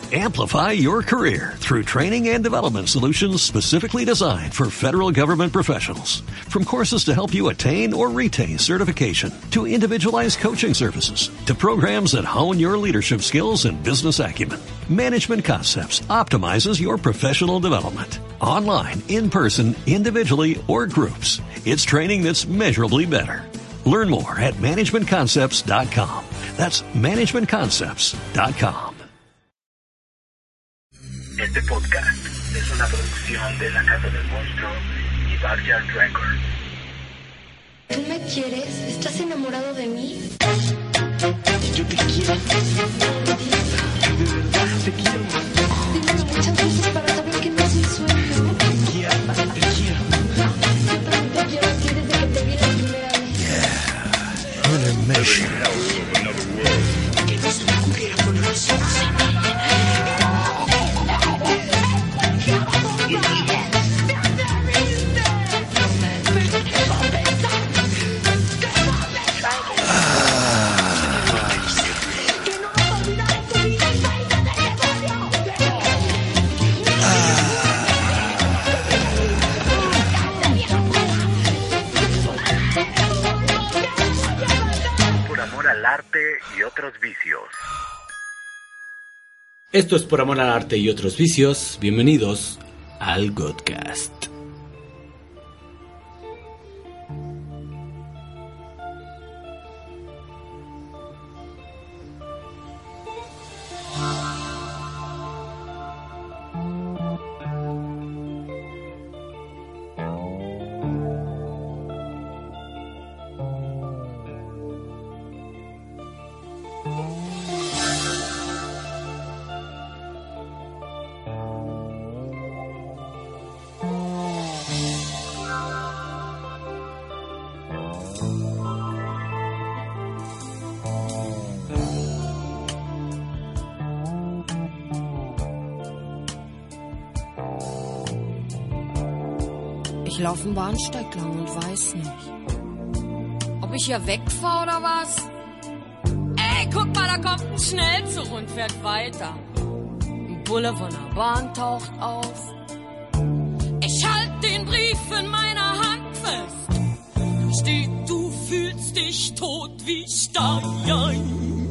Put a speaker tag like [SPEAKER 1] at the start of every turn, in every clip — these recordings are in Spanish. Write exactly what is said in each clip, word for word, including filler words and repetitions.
[SPEAKER 1] Amplify your career through training and development solutions specifically designed for federal government professionals. From courses to help you attain or retain certification, to individualized coaching services, to programs that hone your leadership skills and business acumen, Management Concepts optimizes your professional development. Online, in person, individually, or groups, it's training that's measurably better. Learn more at management concepts dot com. That's management concepts dot com.
[SPEAKER 2] Este podcast es una producción de La Casa del Monstruo y Backyard Records.
[SPEAKER 3] ¿Tú me quieres? ¿Estás enamorado de mí?
[SPEAKER 4] Yo te quiero. De verdad te quiero.
[SPEAKER 3] Dímelo muchas veces para saber que no es un sueño.
[SPEAKER 4] Te quiero, te quiero.
[SPEAKER 3] Yo también te quiero así desde que te vi la primera vez.
[SPEAKER 1] Yeah, intermission.
[SPEAKER 4] Que no se me ocurriera poner los ojos en mí.
[SPEAKER 2] Por amor al arte y otros vicios.
[SPEAKER 5] Esto es Por Amor al Arte y Otros Vicios. Bienvenidos al Godcast.
[SPEAKER 6] Ich laufe den Bahnsteig lang und weiß nicht, ob ich hier wegfahre oder was. Ey, guck mal, da kommt ein Schnellzug und fährt weiter. Ein Bulle von der Bahn taucht auf. Ich halt den Brief in meiner Hand fest. Da steht, du fühlst dich tot wie Stein.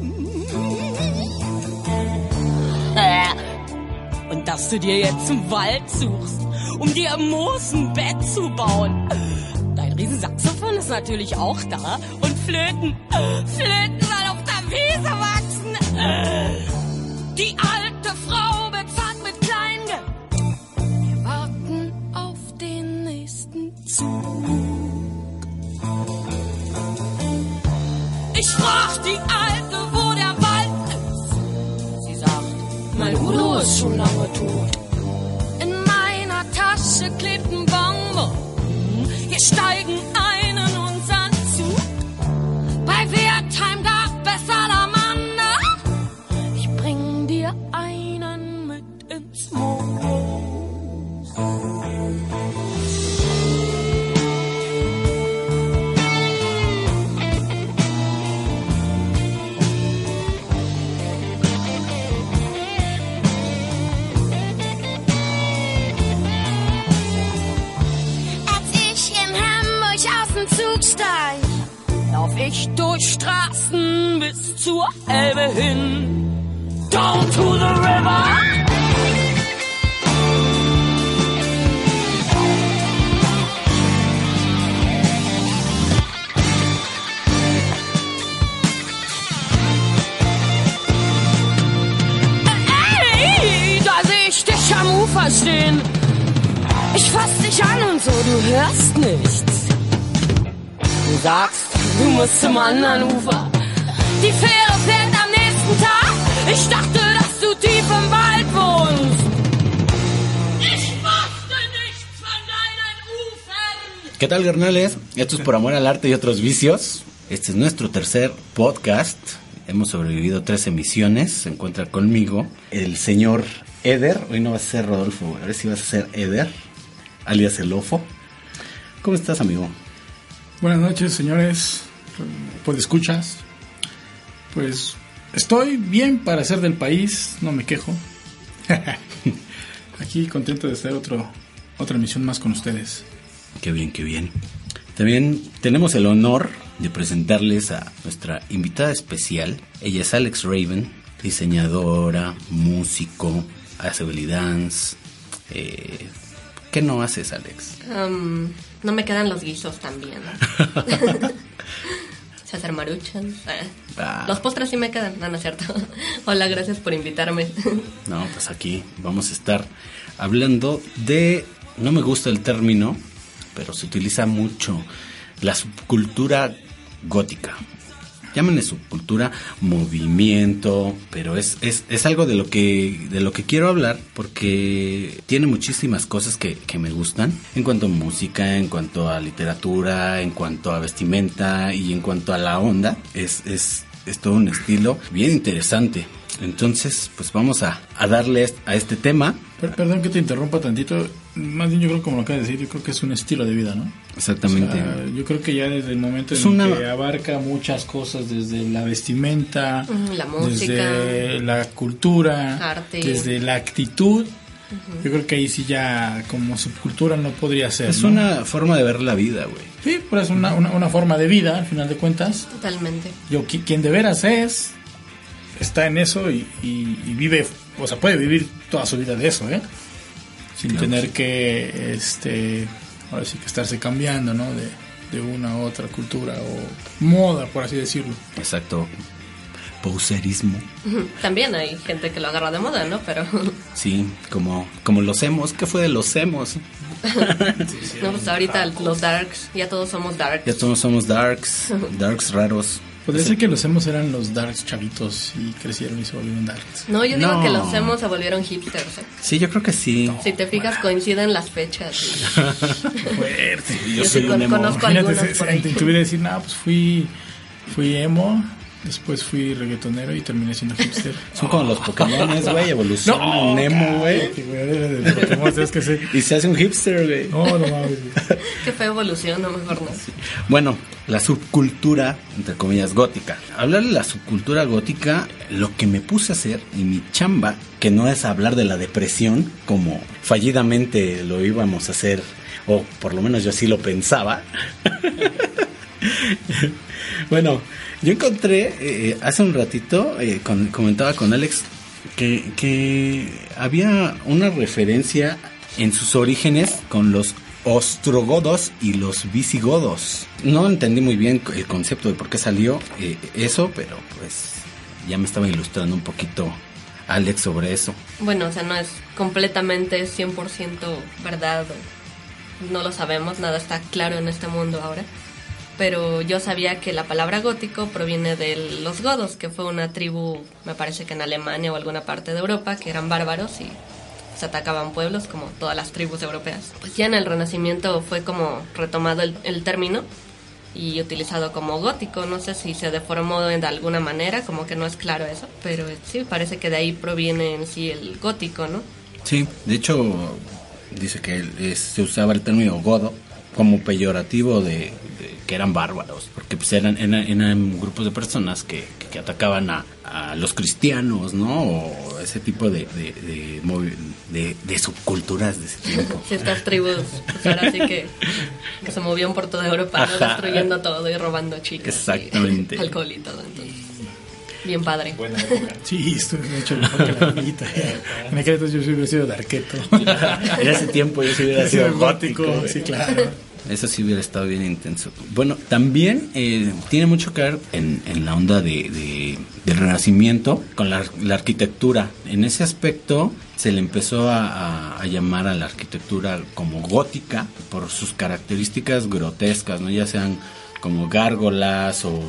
[SPEAKER 6] Und dass du dir jetzt einen Wald suchst, um dir im Moos ein Bett zu bauen. Dein Riesensaxophon ist natürlich auch da. Und Flöten, Flöten, weil auf der Wiese wachsen. Die alte Frau bezahlt mit Kleingeld. Wir warten auf den nächsten Zug. Ich frag die Alte, wo der Wald ist. Sie sagt, mein Udo ist schon lange tot. Tasche klebt ein Bonbon. Wir steigen ein in unseren Zug. Bei Wertheim gab es Salamander. Ich bring dir einen mit ins Moos. Zug steig, lauf ich durch Straßen bis zur Elbe hin. Down to the river. Ey, da seh ich dich am Ufer stehen. Ich fass dich an und so, du hörst nichts. Du sagst, du musst zum anderen Ufer. Die Fähre fährt am nächsten Tag. Ich dachte, dass du tief im Wald wohnst. Ich wusste nichts von deinen Ufern.
[SPEAKER 5] ¿Qué tal, carnales? Esto es Por Amor al Arte y Otros Vicios. Este es nuestro tercer podcast. Hemos sobrevivido tres emisiones. Se encuentra conmigo el señor Eder. Hoy no vas a ser Rodolfo, a ver si vas a ser Eder, alias el Ofo. ¿Cómo estás, amigo?
[SPEAKER 7] Buenas noches, señores, pues escuchas. Pues estoy bien para ser del país, no me quejo. Aquí contento de estar otro, otra emisión más con ustedes.
[SPEAKER 5] Qué bien, qué bien. También tenemos el honor de presentarles a nuestra invitada especial. Ella es Alex Raven, diseñadora, músico, hace belly dance. Eh, ¿Qué no haces, Alex?
[SPEAKER 8] Um, no me quedan los guisos también. Se hacer maruchan. Ah. Los postres sí me quedan, no, no es cierto. Hola, gracias por invitarme.
[SPEAKER 5] No, pues aquí vamos a estar hablando de, no me gusta el término, pero se utiliza mucho, la subcultura gótica. Llámenle subcultura, movimiento, pero es, es, es algo de lo que de lo que quiero hablar porque tiene muchísimas cosas que, que me gustan en cuanto a música, en cuanto a literatura, en cuanto a vestimenta y en cuanto a la onda. Es, es, es todo un estilo bien interesante. Entonces, pues vamos a, a darle a este tema.
[SPEAKER 7] Perdón que te interrumpa tantito. Más bien yo creo, como lo acabas de decir, yo creo que es un estilo de vida, ¿no?
[SPEAKER 5] Exactamente.
[SPEAKER 7] O sea, yo creo que ya desde el momento
[SPEAKER 5] es
[SPEAKER 7] en
[SPEAKER 5] una...
[SPEAKER 7] que abarca muchas cosas, desde la vestimenta,
[SPEAKER 8] la música,
[SPEAKER 7] desde la cultura,
[SPEAKER 8] arte,
[SPEAKER 7] desde la actitud. Uh-huh. Yo creo que ahí sí ya como subcultura no podría ser.
[SPEAKER 5] Es, ¿no?, una forma de ver la vida, güey.
[SPEAKER 7] Sí, pero es una, una, una forma de vida, al final de cuentas.
[SPEAKER 8] Totalmente.
[SPEAKER 7] Yo, quien de veras es, está en eso y, y, y vive, o sea, puede vivir toda su vida de eso, ¿eh? Sin claro, tener sí. que, este, ahora sí que estarse cambiando, ¿no? De, de una u otra cultura o moda, por así decirlo.
[SPEAKER 5] Exacto. Poserismo.
[SPEAKER 8] También hay gente que lo agarra de moda, ¿no? Pero
[SPEAKER 5] sí, como, como los emos. ¿Qué fue de los emos?
[SPEAKER 8] No, pues ahorita los darks, ya todos somos darks.
[SPEAKER 5] Ya todos somos darks, darks raros.
[SPEAKER 7] Podría ser que los emos eran los darks chavitos y crecieron y se volvieron darks.
[SPEAKER 8] No, yo digo
[SPEAKER 5] no.
[SPEAKER 8] que los emos se volvieron hipsters, ¿eh?
[SPEAKER 5] Sí, yo creo que sí.
[SPEAKER 8] No. Si te fijas, coinciden las fechas.
[SPEAKER 7] Fuerte.
[SPEAKER 5] Yo, yo
[SPEAKER 8] soy
[SPEAKER 5] un emo.
[SPEAKER 8] Conozco algunos por ahí.
[SPEAKER 7] Te tuviera que decir, no, pues fui, fui emo, después fui reggaetonero y terminé siendo hipster.
[SPEAKER 5] Son como los Pokémones, güey, evolucionan no, un emo, güey. Y se hace un hipster, güey.
[SPEAKER 7] No, no mames.
[SPEAKER 8] Qué fue evolución, no mejor no.
[SPEAKER 5] Sí. Bueno, la subcultura, entre comillas, gótica. Hablar de la subcultura gótica, lo que me puse a hacer y mi chamba, que no es hablar de la depresión, como fallidamente lo íbamos a hacer, o por lo menos yo así lo pensaba. Bueno, yo encontré eh, hace un ratito, eh, con, comentaba con Alex, que, que había una referencia en sus orígenes con los ostrogodos y los visigodos. No entendí muy bien el concepto de por qué salió eh, eso, pero pues ya me estaba ilustrando un poquito Alex sobre eso.
[SPEAKER 8] Bueno, o sea, no es completamente cien por ciento verdad, no lo sabemos, nada está claro en este mundo ahora. Pero yo sabía que la palabra gótico proviene de los godos, que fue una tribu, me parece que en Alemania o alguna parte de Europa, que eran bárbaros y se atacaban pueblos como todas las tribus europeas. Pues ya en el Renacimiento fue como retomado el, el término y utilizado como gótico. No sé si se deformó de alguna manera, como que no es claro eso, pero sí, parece que de ahí proviene en sí el gótico, ¿no?
[SPEAKER 5] Sí, de hecho dice que es, se usaba el término godo como peyorativo de, de que eran bárbaros, porque pues eran, eran, eran grupos de personas que, que, que atacaban a, a los cristianos, ¿no? O ese tipo de de, de, de, de subculturas de ese tiempo.
[SPEAKER 8] Sí, estas tribus, pues ahora sí que, que se movían por toda Europa, ¿no? Destruyendo todo y robando chicas.
[SPEAKER 5] Exactamente.
[SPEAKER 8] Y alcohol y todo, entonces. Bien padre.
[SPEAKER 7] Buena época. Sí, esto es mucho mejor que la amiguita. En aquel entonces yo hubiera sido darketo.
[SPEAKER 5] En ese tiempo yo sí hubiera sido gótico. gótico
[SPEAKER 7] sí, claro.
[SPEAKER 5] Eso sí hubiera estado bien intenso. Bueno, también eh, tiene mucho que ver en, en la onda de, de del Renacimiento con la, la arquitectura. En ese aspecto se le empezó a, a, a llamar a la arquitectura como gótica por sus características grotescas, ¿no? Ya sean como gárgolas o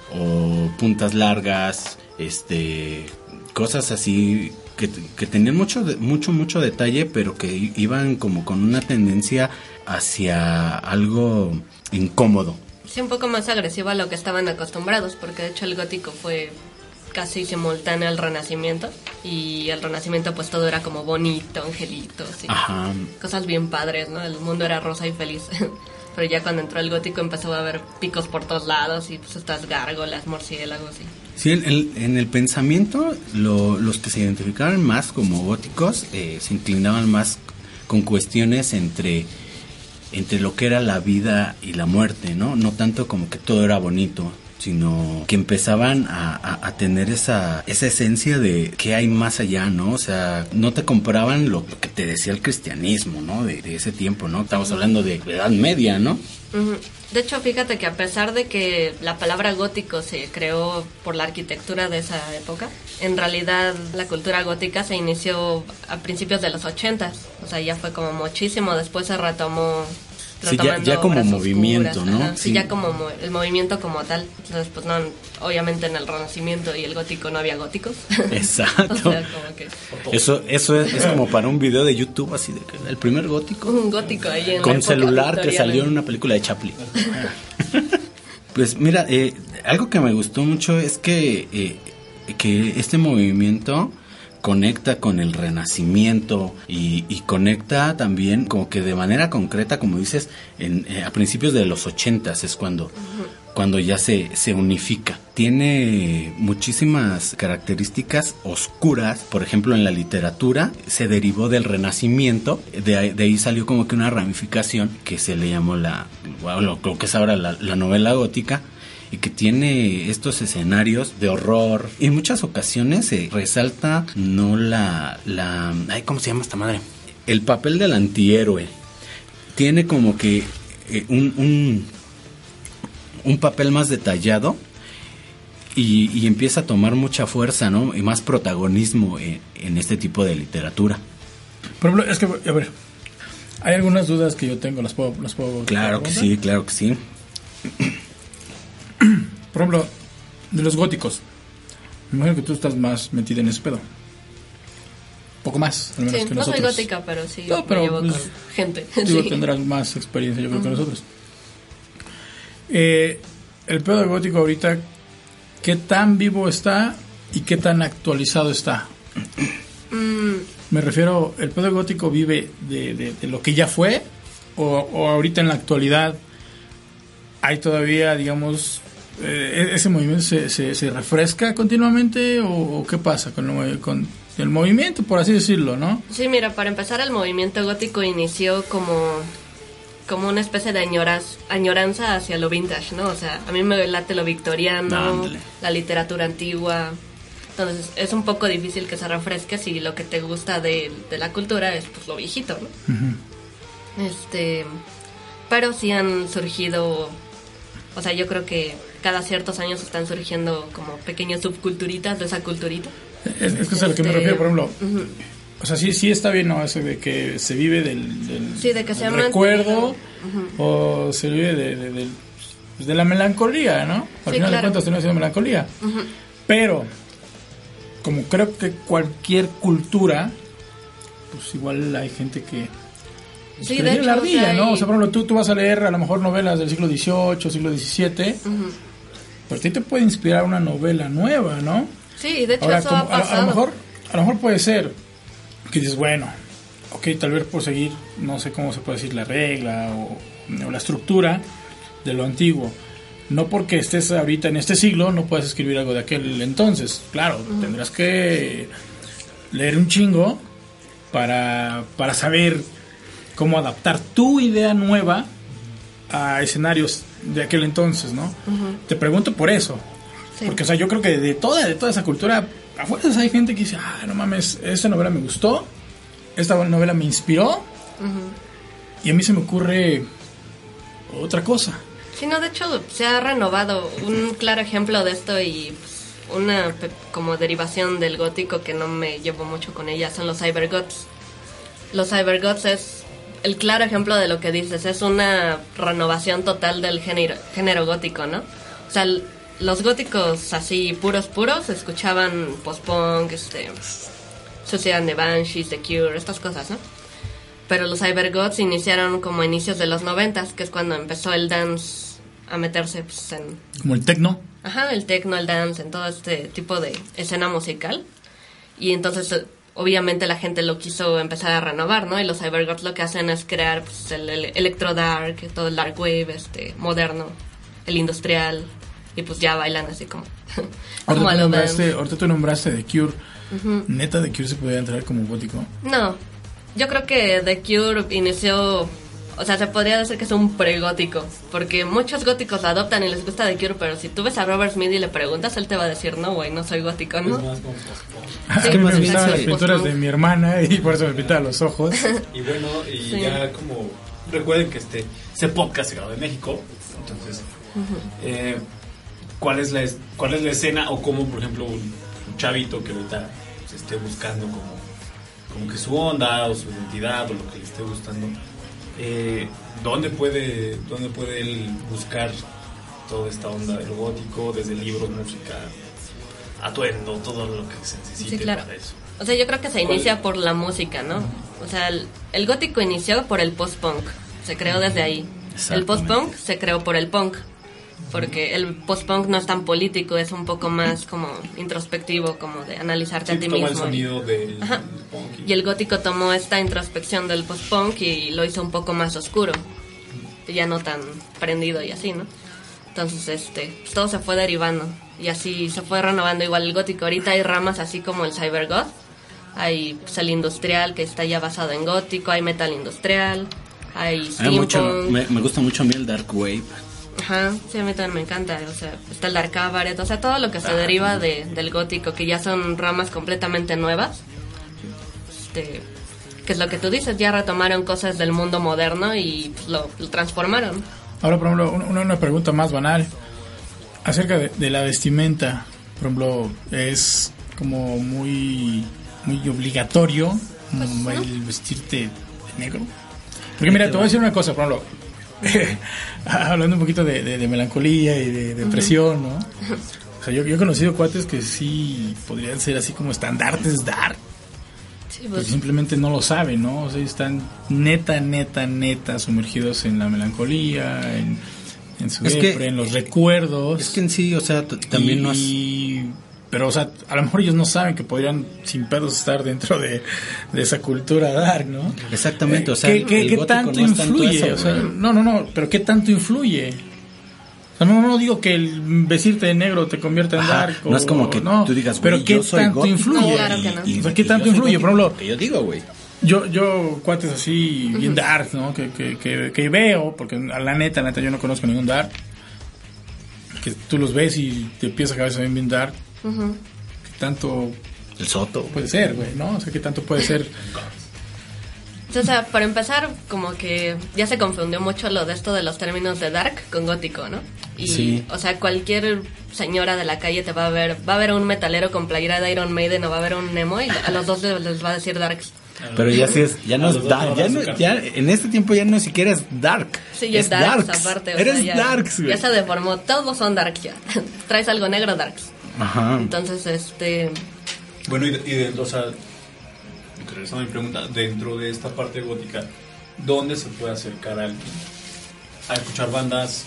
[SPEAKER 5] o puntas largas, este, cosas así que, que tenían mucho, mucho, mucho detalle, pero que iban como con una tendencia hacia algo incómodo.
[SPEAKER 8] Sí, un poco más agresivo a lo que estaban acostumbrados, porque de hecho el gótico fue casi simultáneo al Renacimiento, y el Renacimiento pues todo era como bonito, angelitos, y
[SPEAKER 5] Ajá.
[SPEAKER 8] cosas bien padres, ¿no? El mundo era rosa y feliz. Pero ya cuando entró el gótico empezó a haber picos por todos lados y pues estas gárgolas, murciélagos y
[SPEAKER 5] Sí, en el, en el pensamiento, lo, los que se identificaban más como góticos eh, se inclinaban más con cuestiones entre, entre lo que era la vida y la muerte, ¿no? No tanto como que todo era bonito, sino que empezaban a, a, a tener esa, esa esencia de qué hay más allá, ¿no? O sea, no te compraban lo, lo que te decía el cristianismo, ¿no? De, de ese tiempo, ¿no? Estamos hablando de Edad Media, ¿no?
[SPEAKER 8] Uh-huh. De hecho, fíjate que a pesar de que la palabra gótico se creó por la arquitectura de esa época, en realidad la cultura gótica se inició a principios de los ochentas, o sea, ya fue como muchísimo, después se retomó.
[SPEAKER 5] Sí, ya, ya como movimiento,
[SPEAKER 8] oscuras,
[SPEAKER 5] ¿no?
[SPEAKER 8] Ajá, sí, sí, ya como mo- el movimiento como tal. Entonces, pues no, obviamente en el Renacimiento y el gótico no había góticos.
[SPEAKER 5] Exacto.
[SPEAKER 8] O sea, como que...
[SPEAKER 5] Eso, eso es, es como para un video de YouTube, así de que el primer gótico.
[SPEAKER 8] Un gótico ahí en
[SPEAKER 5] con
[SPEAKER 8] la época
[SPEAKER 5] celular que
[SPEAKER 8] victoriana.
[SPEAKER 5] salió en una película de Chaplin. Pues mira, eh, algo que me gustó mucho es que, eh, que este movimiento conecta con el Renacimiento y, y conecta también como que de manera concreta, como dices, en, eh, a principios de los ochentas es cuando, uh-huh. cuando ya se, se unifica. Tiene muchísimas características oscuras, por ejemplo en la literatura se derivó del Renacimiento, de ahí, de ahí salió como que una ramificación que se le llamó la, bueno, lo, lo que es ahora la, la novela gótica, y que tiene estos escenarios de horror. En muchas ocasiones se resalta no la, la, ay, ¿cómo se llama esta madre? El papel del antihéroe. Tiene como que eh, un, un, un papel más detallado y, y empieza a tomar mucha fuerza, ¿no? Y más protagonismo en, en este tipo de literatura.
[SPEAKER 7] Por ejemplo, es que, a ver, hay algunas dudas que yo tengo, las puedo, las puedo
[SPEAKER 5] Claro que sí, claro que sí.
[SPEAKER 7] Por ejemplo, de los góticos, me imagino que tú estás más metida en ese pedo. Poco más, al menos
[SPEAKER 8] sí,
[SPEAKER 7] que
[SPEAKER 8] no
[SPEAKER 7] nosotros.
[SPEAKER 8] soy gótica, pero sí
[SPEAKER 7] no, pero,
[SPEAKER 8] me llevo
[SPEAKER 7] pues,
[SPEAKER 8] con gente.
[SPEAKER 7] Digo,
[SPEAKER 8] sí.
[SPEAKER 7] tendrás más experiencia, yo creo, uh-huh. que nosotros. Eh, el pedo del gótico ahorita, ¿qué tan vivo está y qué tan actualizado está? Mm. Me refiero, ¿el pedo gótico vive de, de, de lo que ya fue? O, ¿O ahorita en la actualidad hay todavía, digamos, eh, ese movimiento se, se, se refresca continuamente? ¿O, o qué pasa con el, con el movimiento, por así decirlo, no?
[SPEAKER 8] Sí, mira, para empezar, el movimiento gótico inició como, como una especie de añoraz, añoranza hacia lo vintage, ¿no? O sea, a mí me late lo victoriano, Dándole. la literatura antigua. Entonces es un poco difícil que se refresque si lo que te gusta de, de la cultura es pues lo viejito, ¿no? Uh-huh. Este, pero sí han surgido, o sea, yo creo que cada ciertos años están surgiendo como pequeñas subculturitas de esa culturita.
[SPEAKER 7] Es, es que es a lo que me refiero, por ejemplo. Uh-huh. O sea, sí, sí está bien, ¿no? Eso de que se vive del, del,
[SPEAKER 8] sí, de que
[SPEAKER 7] del
[SPEAKER 8] se
[SPEAKER 7] recuerdo, uh-huh. o se vive de, de, de, de la melancolía, ¿no? Al
[SPEAKER 8] sí,
[SPEAKER 7] final
[SPEAKER 8] claro.
[SPEAKER 7] de cuentas tenemos sido melancolía. Uh-huh. Pero como creo que cualquier cultura, pues igual hay gente que
[SPEAKER 8] sí,
[SPEAKER 7] que
[SPEAKER 8] de hecho,
[SPEAKER 7] la ardilla,
[SPEAKER 8] o sea,
[SPEAKER 7] ¿no?
[SPEAKER 8] y...
[SPEAKER 7] O sea, por ejemplo, tú, tú vas a leer a lo mejor novelas del siglo dieciocho, siglo diecisiete, uh-huh. pero a ti te puede inspirar una novela nueva, ¿no?
[SPEAKER 8] Sí, de hecho
[SPEAKER 7] Ahora,
[SPEAKER 8] eso
[SPEAKER 7] como,
[SPEAKER 8] ha pasado.
[SPEAKER 7] A, a, lo mejor, a lo mejor puede ser que dices, bueno, ok, tal vez por seguir, no sé cómo se puede decir, la regla o, o la estructura de lo antiguo. No porque estés ahorita en este siglo no puedes escribir algo de aquel entonces. Claro, uh-huh. tendrás que leer un chingo para, para saber cómo adaptar tu idea nueva a escenarios de aquel entonces, ¿no? Uh-huh. Te pregunto por eso. Sí. Porque, o sea, yo creo que de toda, de toda esa cultura, afuera hay gente que dice, ah, no mames, esta novela me gustó, esta novela me inspiró, uh-huh. y a mí se me ocurre otra cosa.
[SPEAKER 8] Sí, no, de hecho se ha renovado. Un claro ejemplo de esto y pues, una como derivación del gótico que no me llevo mucho con ella son los cybergoths. Los cybergoths es el claro ejemplo de lo que dices, es una renovación total del género, género gótico, ¿no? O sea, los góticos así puros puros escuchaban post-punk, este, Suicide and the Banshees, The Cure, estas cosas, ¿no? Pero los cybergoths iniciaron como a inicios de los noventas, que es cuando empezó el dance a meterse pues, en...
[SPEAKER 7] Como el techno.
[SPEAKER 8] Ajá, el techno, el dance, en todo este tipo de escena musical. Y entonces, obviamente, la gente lo quiso empezar a renovar, ¿no? Y los cybergoths lo que hacen es crear pues, el, el electro dark, todo el dark wave este, moderno, el industrial, y pues ya bailan así como,
[SPEAKER 7] Ahorita,
[SPEAKER 8] como a
[SPEAKER 7] tú
[SPEAKER 8] lo
[SPEAKER 7] nombraste,
[SPEAKER 8] dance.
[SPEAKER 7] ahorita tú nombraste The Cure.
[SPEAKER 8] Ujú.
[SPEAKER 7] ¿Neta The Cure se podía entrar como gótico?
[SPEAKER 8] No, yo creo que The Cure inició, o sea, se podría decir que es un pregótico, porque muchos góticos la adoptan y les gusta The Cure, pero si tú ves a Robert Smith y le preguntas, él te va a decir, no, güey, no soy gótico, ¿no?
[SPEAKER 9] Es más como post-punk.
[SPEAKER 7] Ah,
[SPEAKER 8] Sí,
[SPEAKER 7] es que
[SPEAKER 8] pues,
[SPEAKER 7] me gustaban
[SPEAKER 8] exacto.
[SPEAKER 7] las pinturas de mi hermana y por eso me pintaba los ojos.
[SPEAKER 9] Y bueno, y
[SPEAKER 8] Sí.
[SPEAKER 9] ya como recuerden que este, este podcast se grabó en México, entonces, eh, ¿cuál es la es- cuál es la escena o cómo, por ejemplo, un, un chavito que ahorita se esté buscando como, como que su onda o su identidad o lo que le esté gustando, eh, ¿dónde puede dónde puede él buscar toda esta onda del gótico, desde libros, música, atuendo, todo lo que se necesite
[SPEAKER 8] Sí, claro.
[SPEAKER 9] para eso?
[SPEAKER 8] O sea, yo creo que se
[SPEAKER 9] ¿Cuál?
[SPEAKER 8] inicia por la música, ¿no? O sea, el, el gótico inició por el post-punk, se creó desde ahí. El
[SPEAKER 5] Exactamente.
[SPEAKER 8] post-punk se creó por el punk, porque el post-punk no es tan político, es un poco más como introspectivo, como de analizarte
[SPEAKER 9] Sí,
[SPEAKER 8] a ti
[SPEAKER 9] toma el
[SPEAKER 8] mismo.
[SPEAKER 9] sonido del,
[SPEAKER 8] Ajá.
[SPEAKER 9] del punk
[SPEAKER 8] Y el gótico tomó esta introspección del post-punk y lo hizo un poco más oscuro, ya no tan prendido y así, ¿no? Entonces, este, pues todo se fue derivando y así se fue renovando. Igual el gótico, ahorita hay ramas así como el cybergoth, hay pues, el industrial que está ya basado en gótico, hay metal industrial, hay
[SPEAKER 5] Hay mucho,
[SPEAKER 8] steampunk.
[SPEAKER 5] me, me gusta mucho a mí el Dark Wave.
[SPEAKER 8] Ajá, sí, a mí también me encanta, o sea, está el Dark Cabaret, o sea, todo lo que se deriva de, del gótico, que ya son ramas completamente nuevas, este, que es lo que tú dices, ya retomaron cosas del mundo moderno y pues, lo, lo transformaron.
[SPEAKER 7] Ahora, por ejemplo, una, una pregunta más banal. Acerca de, de la vestimenta, por ejemplo, es como muy, muy obligatorio mm, el vestirte de negro. Porque mira, te voy a decir una cosa, por ejemplo, hablando un poquito de, de, de melancolía y de depresión, ¿no? O sea, yo, yo he conocido cuates que sí podrían ser así como estandartes dark,
[SPEAKER 8] Sí,
[SPEAKER 7] pero
[SPEAKER 8] pues,
[SPEAKER 7] simplemente no lo saben, ¿no? O sea, están neta, neta, neta sumergidos en la melancolía, en, en su
[SPEAKER 5] Es que-
[SPEAKER 7] depre, en los recuerdos.
[SPEAKER 5] Es que en sí, o sea, t- también
[SPEAKER 7] y,
[SPEAKER 5] no es...
[SPEAKER 7] y- pero, o sea, a lo mejor ellos no saben que podrían sin pedos estar dentro de, de esa cultura dark, ¿no?
[SPEAKER 5] Exactamente, o sea,
[SPEAKER 7] ¿Qué, qué-
[SPEAKER 5] el
[SPEAKER 7] qué
[SPEAKER 5] gótico
[SPEAKER 7] tanto
[SPEAKER 5] no es tanto
[SPEAKER 7] influye?
[SPEAKER 5] eso,
[SPEAKER 7] O sea,
[SPEAKER 5] güey.
[SPEAKER 7] no, no, no, pero ¿qué tanto influye? O sea, no, no digo que el vestirte de negro te convierta en
[SPEAKER 5] Ajá,
[SPEAKER 7] dark.
[SPEAKER 5] no es como
[SPEAKER 7] o-
[SPEAKER 5] que
[SPEAKER 7] no,
[SPEAKER 5] tú digas,
[SPEAKER 7] pero
[SPEAKER 5] güey,
[SPEAKER 7] ¿qué
[SPEAKER 5] yo soy
[SPEAKER 7] tanto
[SPEAKER 5] gótico
[SPEAKER 7] influye?
[SPEAKER 8] No, claro que no.
[SPEAKER 5] y-
[SPEAKER 7] O sea, ¿qué
[SPEAKER 5] y
[SPEAKER 7] tanto
[SPEAKER 5] yo soy
[SPEAKER 7] influye? Por
[SPEAKER 5] gótico,
[SPEAKER 7] ejemplo,
[SPEAKER 5] que yo digo, güey.
[SPEAKER 7] Yo, yo cuates así, bien dark, ¿no? Que, que, que, que veo, porque a la neta, la neta, yo no conozco ningún dark. Que tú los ves y te empieza a cabeza bien, bien dark. ¿Qué tanto
[SPEAKER 5] El Soto.
[SPEAKER 7] puede ser, güey, no? O sea, ¿qué tanto puede ser?
[SPEAKER 8] o sea, para empezar, como que ya se confundió mucho lo de esto de los términos de dark con gótico, ¿no? Y,
[SPEAKER 5] Sí.
[SPEAKER 8] o sea, cualquier señora de la calle te va a ver, va a ver a un metalero con playera de Iron Maiden o va a ver a un emo y a los dos les, les va a decir darks.
[SPEAKER 5] Pero ya sí es, ya no
[SPEAKER 9] A
[SPEAKER 5] es
[SPEAKER 9] los dos
[SPEAKER 5] dark,
[SPEAKER 9] horas
[SPEAKER 5] ya,
[SPEAKER 9] su
[SPEAKER 5] no,
[SPEAKER 9] carta.
[SPEAKER 5] ya en este tiempo ya no siquiera es dark.
[SPEAKER 8] Sí, ya es darks, aparte. o
[SPEAKER 5] Eres
[SPEAKER 8] sea, ya,
[SPEAKER 5] darks, güey.
[SPEAKER 8] ya se deformó, todos son darks ya. Traes algo negro, darks.
[SPEAKER 5] Ajá.
[SPEAKER 8] Entonces, este...
[SPEAKER 9] Bueno, y, y dentro, o sea, regresando a mi pregunta, dentro de esta parte gótica, ¿dónde se puede acercar a alguien a escuchar bandas,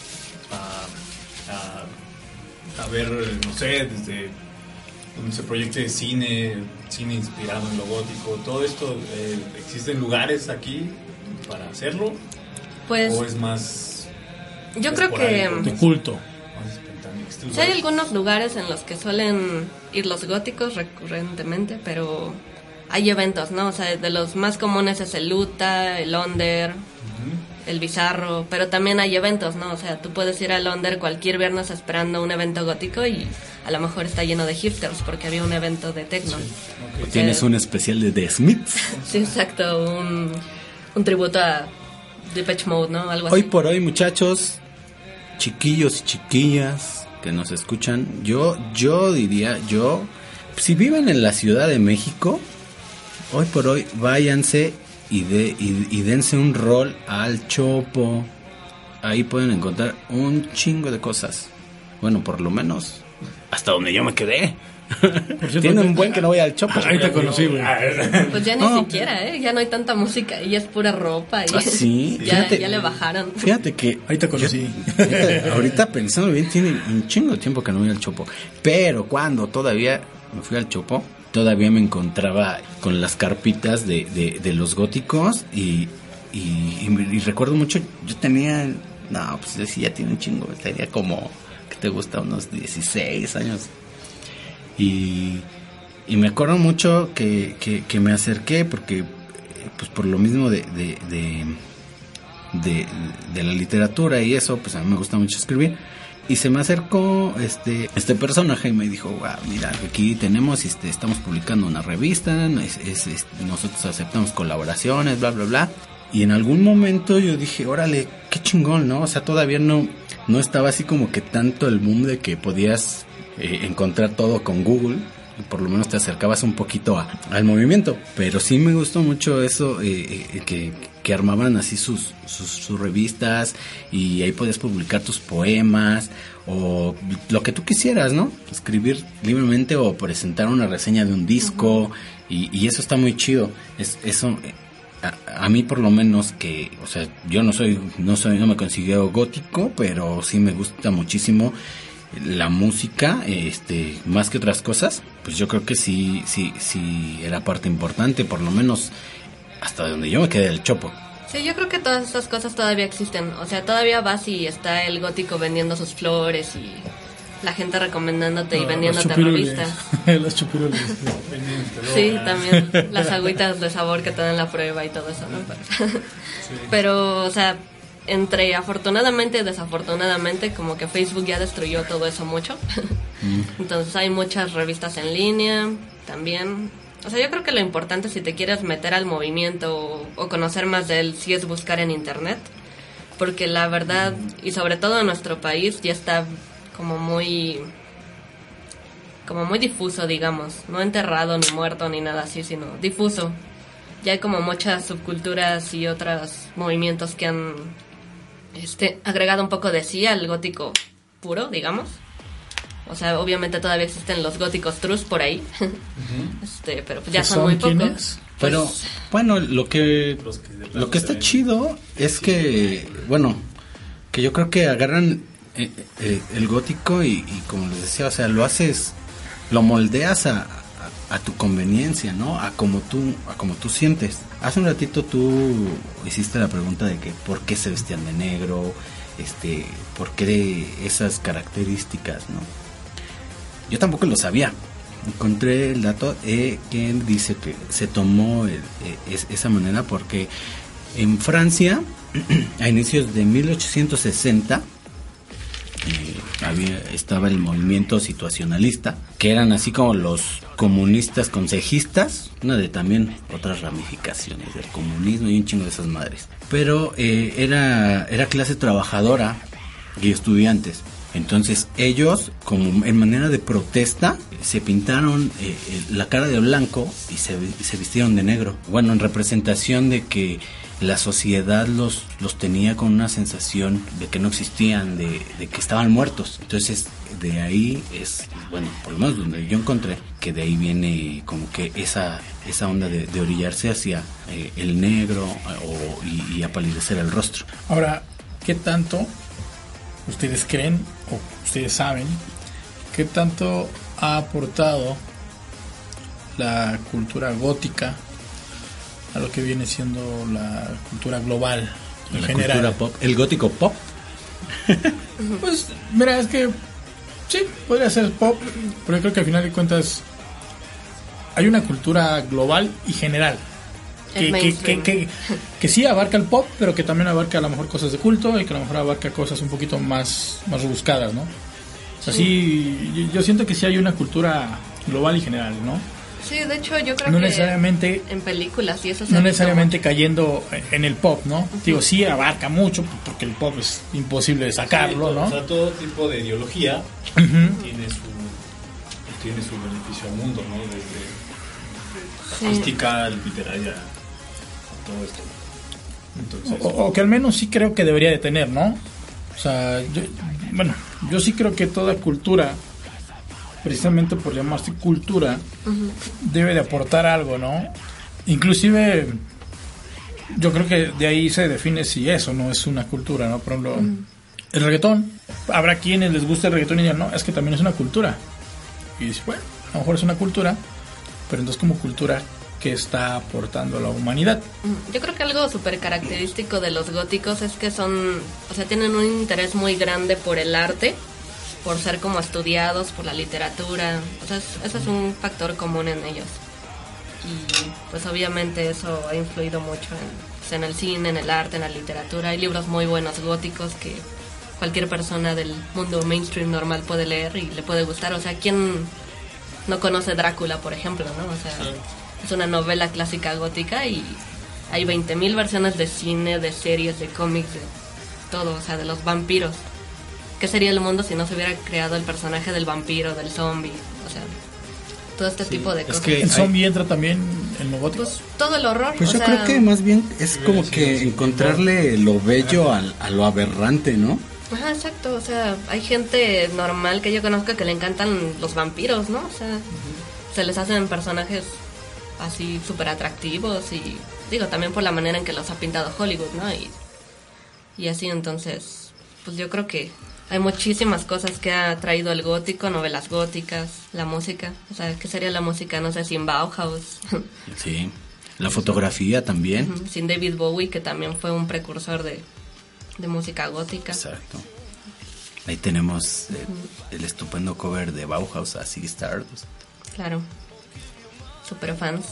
[SPEAKER 9] a, a, a ver, no sé, desde donde se proyecte cine, cine inspirado en lo gótico, todo esto, eh, ¿existen lugares aquí para hacerlo?
[SPEAKER 8] Pues
[SPEAKER 9] ¿O es más
[SPEAKER 8] yo creo que
[SPEAKER 9] esporádico,
[SPEAKER 7] De
[SPEAKER 9] más-
[SPEAKER 7] culto.
[SPEAKER 9] más espontáneo? ¿Existen
[SPEAKER 8] sí hay
[SPEAKER 9] lugares?
[SPEAKER 8] algunos lugares en los que suelen ir los góticos recurrentemente, pero hay eventos, ¿no? O sea, de los más comunes es el Luta, el Onder, el Bizarro, pero también hay eventos, ¿no? O sea, tú puedes ir al Onder cualquier viernes esperando un evento gótico y a lo mejor está lleno de hipsters porque había un evento de techno.
[SPEAKER 5] O tienes un especial de The Smiths.
[SPEAKER 8] Sí, exacto, un, un tributo a Depeche Mode, ¿no? Algo así.
[SPEAKER 5] Hoy por hoy, muchachos, chiquillos y chiquillas que nos escuchan, yo, yo diría, yo, si viven en la Ciudad de México, hoy por hoy, váyanse y, de, y, y dense un rol al Chopo. Ahí pueden encontrar un chingo de cosas. Bueno, por lo menos, hasta donde yo me quedé.
[SPEAKER 7] cierto,
[SPEAKER 5] Tiene
[SPEAKER 7] ¿qué?
[SPEAKER 5] un buen que no voy al Chopo.
[SPEAKER 7] Ahí te conocí, güey.
[SPEAKER 8] Pues ya ni
[SPEAKER 5] No.
[SPEAKER 8] siquiera, ¿eh? Ya no hay tanta música y es pura ropa. Y
[SPEAKER 5] Ah, sí.
[SPEAKER 8] ya,
[SPEAKER 5] Fíjate.
[SPEAKER 8] ya le bajaron.
[SPEAKER 5] Fíjate que
[SPEAKER 7] Ahí te conocí.
[SPEAKER 5] yo- ahorita, ahorita pensando bien, tiene un chingo de tiempo que no voy al Chopo. Pero cuando todavía me fui al Chopo, todavía me encontraba con las carpitas de, de, de los góticos y, y, y, y recuerdo mucho, yo tenía, no, pues sí, ya tiene un chingo, tenía como, ¿qué te gusta? Unos dieciséis años. Y, y me acuerdo mucho que, que, que me acerqué porque, pues por lo mismo de, de, de, de, de la literatura y eso, pues a mí me gusta mucho escribir. Y se me acercó este este personaje y me dijo, wow, mira, aquí tenemos, este, estamos publicando una revista, es, es, es, nosotros aceptamos colaboraciones, bla, bla, bla. Y en algún momento yo dije, órale, qué chingón, ¿no? O sea, todavía no, no estaba así como que tanto el boom de que podías eh, encontrar todo con Google. Y por lo menos te acercabas un poquito a, al movimiento. Pero sí me gustó mucho eso, eh, eh, que, que armaban así sus, sus, sus revistas y ahí podías publicar tus poemas o lo que tú quisieras, ¿no? Escribir libremente o presentar una reseña de un disco. Uh-huh. y, y eso está muy chido. Es, eso... A, a mí por lo menos que, o sea, yo no soy, no soy, no me considero gótico, pero sí me gusta muchísimo la música, este, más que otras cosas, pues yo creo que sí, sí, sí era parte importante, por lo menos hasta donde yo me quedé del chopo.
[SPEAKER 8] Sí, yo creo que todas estas cosas todavía existen, o sea, todavía vas y está el gótico vendiendo sus flores y la gente recomendándote y no, vendiéndote revistas.
[SPEAKER 7] Los chupirules.
[SPEAKER 8] Sí, también las agüitas de sabor que te dan la prueba y todo eso, ¿no? Pero, sí. Pero, o sea, entre afortunadamente y desafortunadamente, como que Facebook ya destruyó todo eso mucho. Mm. Entonces hay muchas revistas en línea también. O sea, yo creo que lo importante si te quieres meter al movimiento o, o conocer más de él, sí es buscar en internet. Porque la verdad, y sobre todo en nuestro país, ya está como muy como muy difuso, digamos, no enterrado ni muerto ni nada así, sino difuso. Ya hay como muchas subculturas y otros movimientos que han este agregado un poco de sí al gótico puro, digamos. O sea, obviamente todavía existen los góticos trus por ahí. Uh-huh. Este, pero pues ya son, son muy pocos.
[SPEAKER 5] Pero pues, bueno, lo que lo que está chido es que, bueno, que yo creo que agarran Eh, eh, el gótico y, y como les decía, o sea, lo haces, lo moldeas a, a, a tu conveniencia, ¿no? A como tú, a como tú sientes. Hace un ratito tú hiciste la pregunta de que por qué se vestían de negro, este, por qué esas características, ¿no? Yo tampoco lo sabía. Encontré el dato eh, que dice que se tomó el, eh, es, esa manera porque en Francia, a inicios de mil ochocientos sesenta, Eh, había, estaba el movimiento situacionalista, que eran así como los comunistas consejistas, una de también otras ramificaciones del comunismo y un chingo de esas madres, pero eh, era, era clase trabajadora y estudiantes. Entonces ellos, como en manera de protesta, se pintaron eh, la cara de blanco y se, se vistieron de negro, bueno, en representación de que la sociedad los los tenía con una sensación de que no existían, de, de que estaban muertos. Entonces de ahí es, bueno, por lo menos donde yo encontré, que de ahí viene como que esa esa onda de, de orillarse hacia eh, el negro o, y, y apalidecer el rostro.
[SPEAKER 7] Ahora, ¿qué tanto ustedes creen o ustedes saben qué tanto ha aportado la cultura gótica a lo que viene siendo la cultura global en
[SPEAKER 5] la
[SPEAKER 7] general?
[SPEAKER 5] Cultura pop, el gótico pop.
[SPEAKER 7] Pues mira, es que sí, podría ser pop, pero yo creo que al final de cuentas hay una cultura global y general que, que, que, que, que sí abarca el pop, pero que también abarca a lo mejor cosas de culto y que a lo mejor abarca cosas un poquito más, más rebuscadas, ¿no? O sea, sí, sí yo, yo siento que sí hay una cultura global y general, ¿no?
[SPEAKER 8] Sí, de hecho yo creo
[SPEAKER 7] no
[SPEAKER 8] que
[SPEAKER 7] necesariamente,
[SPEAKER 8] en películas y eso se
[SPEAKER 7] no necesariamente mucho. Cayendo en el pop, ¿no? Uh-huh. Digo, sí abarca mucho porque el pop es imposible de sacarlo,
[SPEAKER 9] sí, todo,
[SPEAKER 7] ¿no?
[SPEAKER 9] O sea, todo tipo de ideología
[SPEAKER 7] uh-huh.
[SPEAKER 9] tiene su tiene su beneficio al mundo, ¿no? Desde sí. artística, literaria, todo esto. Entonces,
[SPEAKER 7] o, o que al menos sí creo que debería de tener, ¿no? O sea, yo, bueno, yo sí creo que toda cultura, precisamente por llamarse cultura, uh-huh. debe de aportar algo, ¿no? Inclusive yo creo que de ahí se define si eso no es una cultura, ¿no? Por ejemplo, uh-huh. el reggaetón, habrá quienes les guste el reggaetón y digan, no, es que también es una cultura. Y dice, bueno, a lo mejor es una cultura, pero entonces como cultura, ¿qué está aportando a la humanidad?
[SPEAKER 8] Yo creo que algo súper característico de los góticos es que son, o sea, tienen un interés muy grande por el arte por ser como estudiados por la literatura. O sea, es, ese es un factor común en ellos. Y pues obviamente eso ha influido mucho en, pues, en el cine, en el arte, en la literatura. Hay libros muy buenos góticos que cualquier persona del mundo mainstream normal puede leer y le puede gustar. O sea, ¿quién no conoce Drácula, por ejemplo, no? O sea, sí. Es una novela clásica gótica y hay veinte mil versiones de cine, de series, de cómics, de todo, o sea, de los vampiros. ¿Qué sería el mundo si no se hubiera creado el personaje del vampiro, del zombie? O sea, todo este sí, tipo de cosas.
[SPEAKER 7] Es que el zombie entra también en lo gótico.
[SPEAKER 8] Pues todo el horror.
[SPEAKER 5] Pues
[SPEAKER 8] o
[SPEAKER 5] yo
[SPEAKER 8] sea,
[SPEAKER 5] creo que más bien es como que encontrarle lo bello a, a lo aberrante, ¿no?
[SPEAKER 8] Ajá, exacto. O sea, hay gente normal que yo conozco que le encantan los vampiros, ¿no? O sea, uh-huh. se les hacen personajes así súper atractivos y digo, también por la manera en que los ha pintado Hollywood, ¿no? Y, y así, entonces, pues yo creo que hay muchísimas cosas que ha traído el gótico, novelas góticas, la música. O sea, ¿qué sería la música? No sé, sin Bauhaus.
[SPEAKER 5] Sí, la fotografía también.
[SPEAKER 8] Uh-huh. Sin David Bowie, que también fue un precursor de, de música gótica.
[SPEAKER 5] Exacto. Ahí tenemos el, uh-huh. el estupendo cover de Bauhaus a Ziggy Stardust.
[SPEAKER 8] Claro, super fans.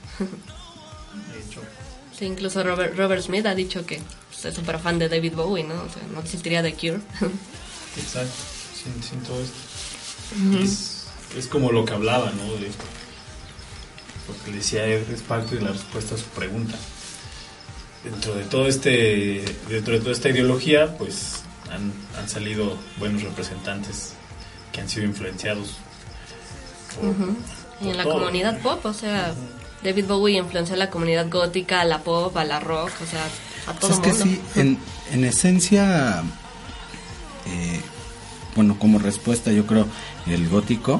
[SPEAKER 8] Sí, incluso Robert, Robert Smith ha dicho que pues, es súper fan de David Bowie, ¿no? O sea, no existiría The Cure.
[SPEAKER 9] Exacto, sin, sin todo esto. Uh-huh. Es, es como lo que hablaba, ¿no? De, lo que le decía Ed, es parte de la respuesta a su pregunta. Dentro de todo este, dentro de toda esta ideología, pues han, han salido buenos representantes que han sido influenciados por,
[SPEAKER 8] uh-huh. y en la
[SPEAKER 9] todo.
[SPEAKER 8] Comunidad pop, o sea, uh-huh. David Bowie influenció a la comunidad gótica, a la pop, a la rock, o sea, a todo el
[SPEAKER 5] mundo. Es que sí, en, en esencia, eh, bueno, como respuesta yo creo, el gótico,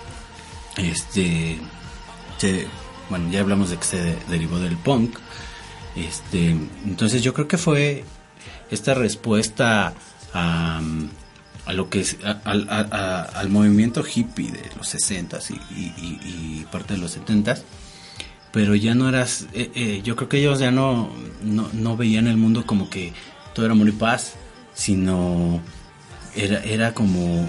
[SPEAKER 5] este, se, bueno, ya hablamos de que se de, derivó del punk, este, entonces yo creo que fue esta respuesta a, a lo que es, a, a, a, al movimiento hippie de los sesentas y, y, y, y parte de los setentas. Pero ya no eras, eh, eh, yo creo que ellos ya no, no no veían el mundo como que todo era amor y paz, sino era era como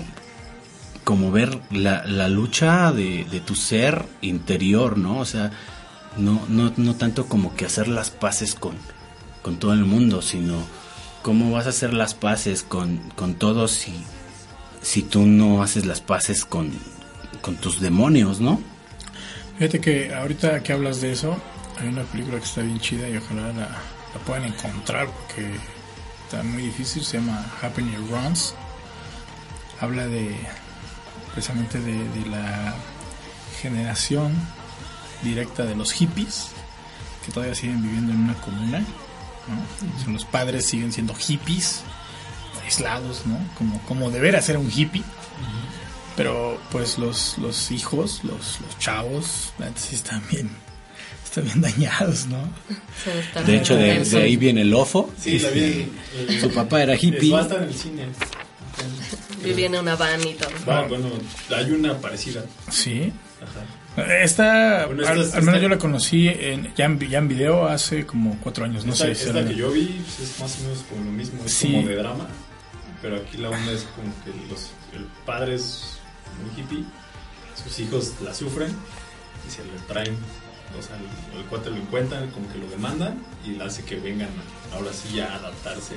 [SPEAKER 5] como ver la, la lucha de, de tu ser interior, ¿no? O sea, no no no tanto como que hacer las paces con con todo el mundo, sino cómo vas a hacer las paces con con todos si si tú no haces las paces con con tus demonios, ¿no?
[SPEAKER 7] Fíjate que ahorita que hablas de eso, hay una película que está bien chida y ojalá la, la puedan encontrar porque está muy difícil, se llama Happiness Runs. Habla de precisamente de, de la generación directa de los hippies que todavía siguen viviendo en una comuna, ¿no? O sea, los padres siguen siendo hippies, aislados, ¿no? Como, como debería ser un hippie. Pero pues los los hijos, los, los chavos, sí están bien, están bien dañados, ¿no?
[SPEAKER 5] De hecho, de, de ahí viene el Ofo.
[SPEAKER 9] Sí, la vi.
[SPEAKER 5] Su papá era hippie.
[SPEAKER 9] Va a estar en el cine.
[SPEAKER 8] Vivía en una van y todo.
[SPEAKER 9] Ah, bueno, hay una parecida.
[SPEAKER 7] Sí.
[SPEAKER 9] Ajá.
[SPEAKER 7] Esta,
[SPEAKER 9] bueno, esta,
[SPEAKER 7] al,
[SPEAKER 9] esta,
[SPEAKER 7] al menos
[SPEAKER 9] esta,
[SPEAKER 7] yo la conocí en, ya, en, ya en video hace como cuatro años, no
[SPEAKER 9] esta,
[SPEAKER 7] sé.
[SPEAKER 9] Esta que yo vi pues, es más o menos como lo mismo, es
[SPEAKER 7] sí.
[SPEAKER 9] como de drama. Pero aquí la onda es como que los, el padre es muy hippie, sus hijos la sufren y se le traen, o sea, el, el cuate lo encuentran, como que lo demandan y le hace que vengan ahora sí ya a adaptarse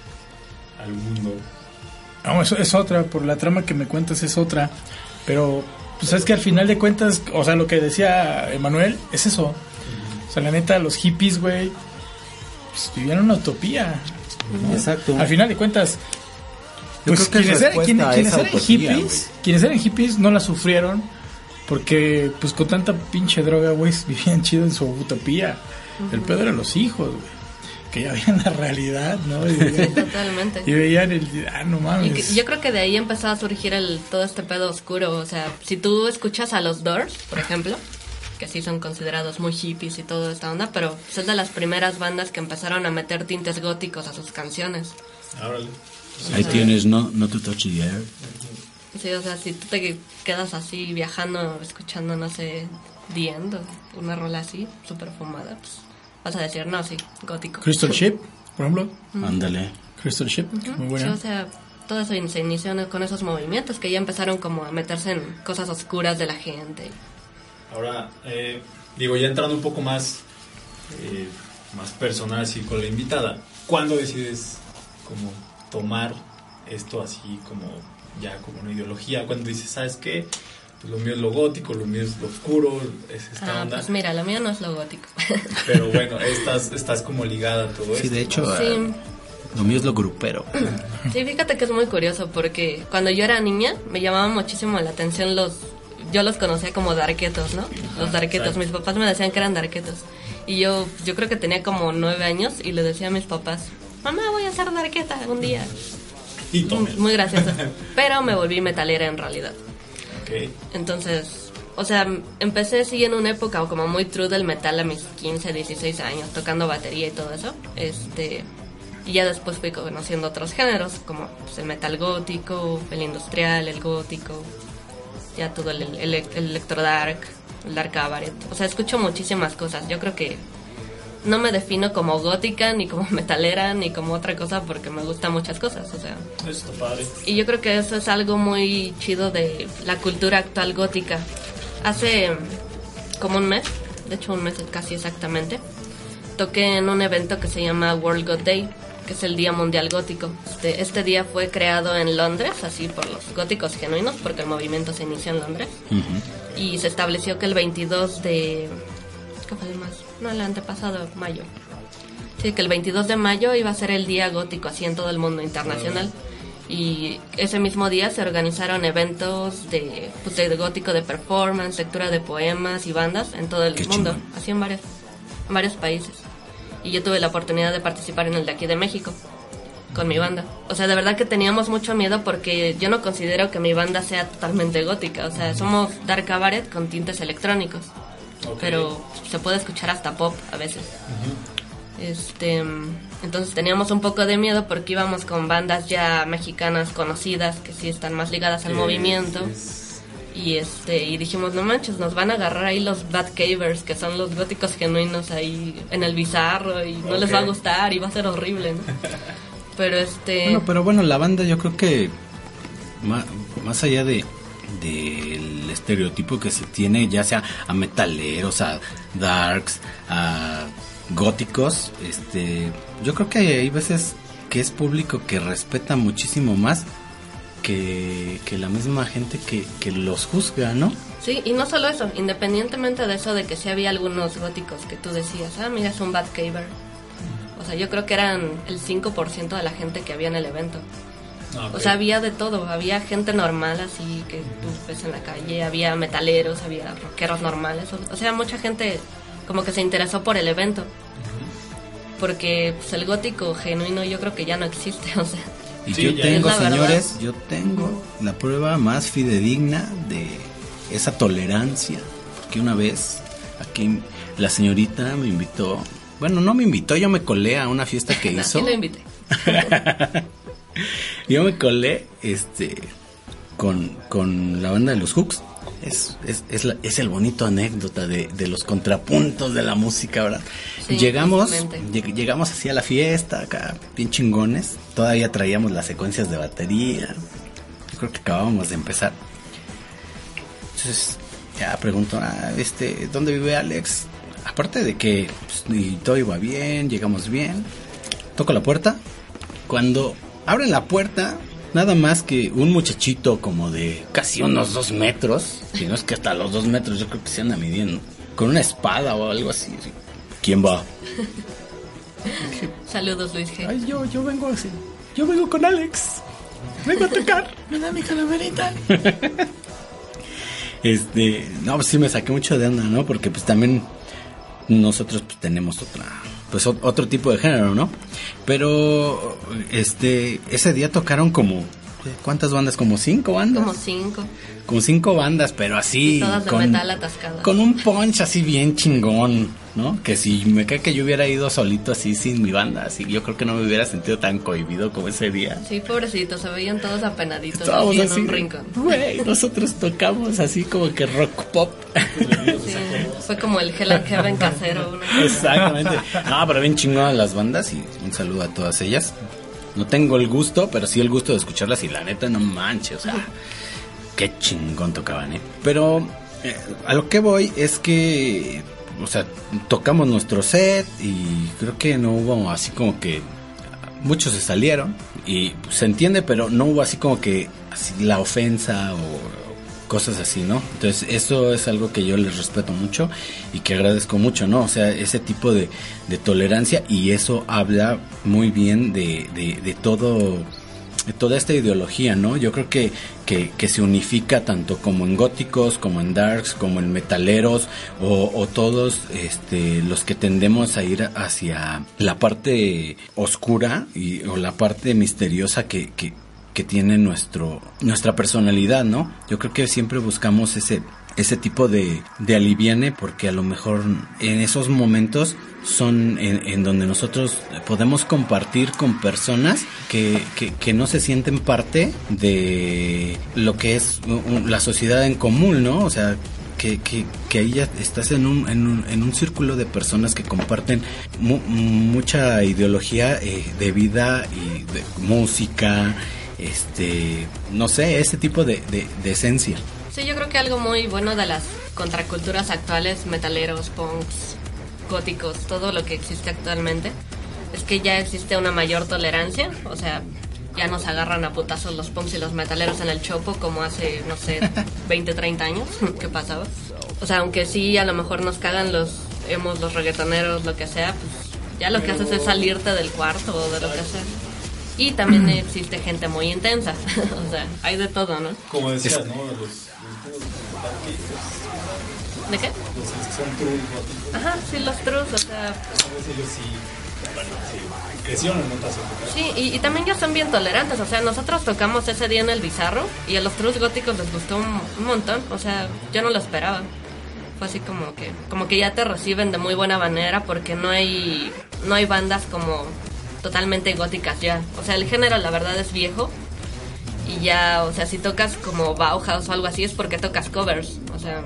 [SPEAKER 9] a, al mundo.
[SPEAKER 7] No, eso es otra, por la trama que me cuentas es otra, pero pues sabes que al final de cuentas, o sea, lo que decía Emanuel es eso. Uh-huh. O sea, la neta, los hippies, güey, pues vivían una utopía, ¿no?
[SPEAKER 5] Exacto.
[SPEAKER 7] Al final de cuentas,
[SPEAKER 5] Yo
[SPEAKER 7] pues
[SPEAKER 5] creo que
[SPEAKER 7] quienes, eran, quienes, quienes eran utopía, hippies, wey. quienes eran hippies no la sufrieron porque pues con tanta pinche droga, güey, vivían chido en su utopía. Uh-huh. El pedo eran los hijos, güey, que ya veían la realidad, ¿no? Y veían,
[SPEAKER 8] totalmente.
[SPEAKER 7] Y veían el, ah, no mames.
[SPEAKER 8] Y que, yo creo que de ahí empezó a surgir el todo este pedo oscuro, o sea, si tú escuchas a los Doors, por ejemplo, que sí son considerados muy hippies y toda esta onda, pero es de las primeras bandas que empezaron a meter tintes góticos a sus canciones.
[SPEAKER 9] Árale.
[SPEAKER 5] Sí, ahí tienes no, no to touch the air.
[SPEAKER 8] Sí, o sea, si tú te quedas así viajando, escuchando, no sé, The End, una rola así, súper fumada, pues vas a decir, no, sí, gótico.
[SPEAKER 7] Crystal Ship, por ejemplo.
[SPEAKER 8] Uh-huh.
[SPEAKER 5] Ándale.
[SPEAKER 7] Crystal Ship, uh-huh. Muy buena.
[SPEAKER 8] Sí, o sea, todo eso se inició con esos movimientos que ya empezaron como a meterse en cosas oscuras de la gente.
[SPEAKER 9] Ahora, eh, digo, ya entrando un poco más, eh, más personal así con la invitada, ¿cuándo decides como tomar esto así como ya como una ideología? ¿Cuándo dices, sabes qué? Pues lo mío es lo gótico, lo mío es lo oscuro, es esta
[SPEAKER 8] ah,
[SPEAKER 9] onda.
[SPEAKER 8] Pues mira, lo mío no es lo gótico.
[SPEAKER 9] Pero bueno, estás, estás como ligada a todo esto.
[SPEAKER 5] Sí, de hecho,
[SPEAKER 8] sí.
[SPEAKER 5] Uh, lo mío es lo grupero.
[SPEAKER 8] Sí, fíjate que es muy curioso porque cuando yo era niña me llamaba muchísimo la atención los... Yo los conocía como darketos, ¿no? Los darketos. Mis papás me decían que eran darketos. Y yo yo creo que tenía como nueve años y le decía a mis papás, mamá, voy a ser darketa un día.
[SPEAKER 9] Y tomen.
[SPEAKER 8] Muy gracioso. Pero me volví metalera en realidad.
[SPEAKER 9] Okay.
[SPEAKER 8] Entonces, o sea, empecé sí en una época como muy true del metal a mis quince, dieciséis años, tocando batería y todo eso. Este... Y ya después fui conociendo otros géneros, como pues, el metal gótico, el industrial, el gótico, ya todo el, el, el electro dark, el dark cabaret. O sea, escucho muchísimas cosas. Yo creo que no me defino como gótica, ni como metalera, ni como otra cosa, porque me gustan muchas cosas, o sea.
[SPEAKER 9] Eso está padre.
[SPEAKER 8] Y yo creo que eso es algo muy chido de la cultura actual gótica. Hace como un mes, de hecho un mes casi exactamente, toqué en un evento que se llama World God Day, que es el Día Mundial Gótico. Este, este día fue creado en Londres, así por los góticos genuinos, porque el movimiento se inició en Londres. Uh-huh. Y se estableció que el veintidós de... ¿Qué fue el más? No, el antepasado, mayo. Sí, que el veintidós de mayo iba a ser el Día Gótico, así en todo el mundo internacional. Uh-huh. Y ese mismo día se organizaron eventos de, pues, de gótico, de performance, lectura de poemas y bandas en todo el
[SPEAKER 5] Qué
[SPEAKER 8] mundo,
[SPEAKER 5] chingón.
[SPEAKER 8] así en varios, en varios países. Y yo tuve la oportunidad de participar en el de aquí de México con mi banda. O sea, de verdad que teníamos mucho miedo porque yo no considero que mi banda sea totalmente gótica. O sea, somos dark cabaret con tintes electrónicos. Okay. Pero se puede escuchar hasta pop a veces. Uh-huh. Este, entonces teníamos un poco de miedo porque íbamos con bandas ya mexicanas conocidas que sí están más ligadas al eh, movimiento. Es... Y este y dijimos, no manches, nos van a agarrar ahí los bad cavers, que son los góticos genuinos ahí en el bizarro, y no okay. les va a gustar y va a ser horrible, ¿no? Pero este...
[SPEAKER 5] Bueno, pero bueno, la banda yo creo que más, más allá de del estereotipo que se tiene, ya sea a metaleros, a darks, a góticos, este yo creo que hay veces que es público que respeta muchísimo más Que, que la misma gente que, que los juzga, ¿no?
[SPEAKER 8] Sí, y no solo eso, independientemente de eso de que sí había algunos góticos que tú decías, ah, mira, es un bad caver. O sea, yo creo que eran el cinco por ciento de la gente que había en el evento. Okay. O sea, había de todo, había gente normal así que tú ves en la calle, había metaleros, había rockeros normales, o sea, mucha gente como que se interesó por el evento. Porque pues, el gótico genuino yo creo que ya no existe, o sea...
[SPEAKER 5] Y sí, yo tengo, señores, verdad. yo tengo la prueba más fidedigna de esa tolerancia. Porque una vez aquí la señorita me invitó, bueno, no me invitó, yo me colé a una fiesta que hizo.
[SPEAKER 8] Sí, lo invité.
[SPEAKER 5] Yo me colé este con, con la banda de los Hooks. Es, es, es, la, es el bonito anécdota de, de los contrapuntos de la música, ¿verdad? Sí, llegamos lleg, llegamos así a la fiesta, acá, bien chingones. Todavía traíamos las secuencias de batería. Yo creo que acabábamos de empezar. Entonces, ya pregunto, ah, este, ¿dónde vive Alex? Aparte de que pues, y todo iba bien, llegamos bien. Toco la puerta. Cuando abren la puerta... Nada más que un muchachito como de casi unos dos metros, si no es que hasta los dos metros, yo creo que se anda midiendo, con una espada o algo así. ¿Quién va?
[SPEAKER 8] Saludos, Luis G.
[SPEAKER 7] Ay, yo, yo vengo así. Yo vengo con Alex. Vengo a tocar. Me da mi calaverita.
[SPEAKER 5] Este, no, pues sí me saqué mucho de onda, ¿no? Porque pues también nosotros pues tenemos otra... pues otro tipo de género, ¿no? Pero este ese día tocaron como ¿cuántas bandas? Como cinco bandas.
[SPEAKER 8] Como cinco.
[SPEAKER 5] Como cinco bandas, pero así
[SPEAKER 8] y todas de
[SPEAKER 5] con,
[SPEAKER 8] metal atascadas.
[SPEAKER 5] Con un punch así bien chingón, ¿no? Que si me cae que yo hubiera ido solito así sin mi banda, así yo creo que no me hubiera sentido tan cohibido como ese día.
[SPEAKER 8] Sí, pobrecito, se veían todos apenaditos.
[SPEAKER 5] Estábamos
[SPEAKER 8] así,
[SPEAKER 5] así
[SPEAKER 8] en un rincón.
[SPEAKER 5] Güey, nosotros tocamos así como que rock pop.
[SPEAKER 8] Sí, fue como el Hell and Heaven casero. Una
[SPEAKER 5] Exactamente. No, pero bien chingón las bandas y un saludo a todas ellas. no tengo el gusto, pero sí el gusto de escucharlas y la neta no manches, o sea, qué chingón tocaban, ¿eh? Pero eh, a lo que voy es que, o sea, tocamos nuestro set y creo que no hubo así como que muchos se salieron y se entiende, pero no hubo así como que así la ofensa o cosas así, ¿no? Entonces eso es algo que yo les respeto mucho y que agradezco mucho, ¿no? O sea, ese tipo de, de tolerancia, y eso habla muy bien de, de, de todo, de toda esta ideología, ¿no? Yo creo que, que, que se unifica tanto como en góticos, como en darks, como en metaleros, o, o todos este, los que tendemos a ir hacia la parte oscura y, o la parte misteriosa que, que que tiene nuestro nuestra personalidad, ¿no? Yo creo que siempre buscamos ese ese tipo de, de aliviane, porque a lo mejor en esos momentos son en, en donde nosotros podemos compartir con personas que, que, que no se sienten parte de lo que es la sociedad en común, ¿no? O sea, que, que, que ahí ya estás en un, en un, en un círculo de personas que comparten mu, mucha ideología eh, de vida y de música, este, no sé, ese tipo de, de, de esencia.
[SPEAKER 8] Sí, yo creo que algo muy bueno de las contraculturas actuales, metaleros, punks, góticos, todo lo que existe actualmente, es que ya existe una mayor tolerancia. O sea, ya no se agarran a putazos los punks y los metaleros en el chopo como hace, no sé, veinte, treinta años que pasaba. O sea, aunque sí a lo mejor nos cagan los emos, los reggaetoneros, lo que sea, pues ya lo que haces es salirte del cuarto o de lo que sea. Y también existe gente muy intensa. O sea, hay de todo, ¿no?
[SPEAKER 9] Como decías,
[SPEAKER 8] es...
[SPEAKER 9] ¿no? Los, los,
[SPEAKER 8] ¿De qué?
[SPEAKER 9] Los que son true góticos.
[SPEAKER 8] Ajá, sí, los trus, o sea...
[SPEAKER 9] Ellos sí, bueno, sí, crecieron en otras épocas.
[SPEAKER 8] Sí, y, y también ya son bien tolerantes. O sea, nosotros tocamos ese día en el Bizarro y a los trus góticos les gustó un, un montón. O sea, yo no lo esperaba. Fue así como que como que ya te reciben de muy buena manera, porque no hay no hay bandas como totalmente góticas ya. O sea, el género la verdad es viejo y ya, o sea, si tocas como Bauhaus o algo así es porque tocas covers. O sea,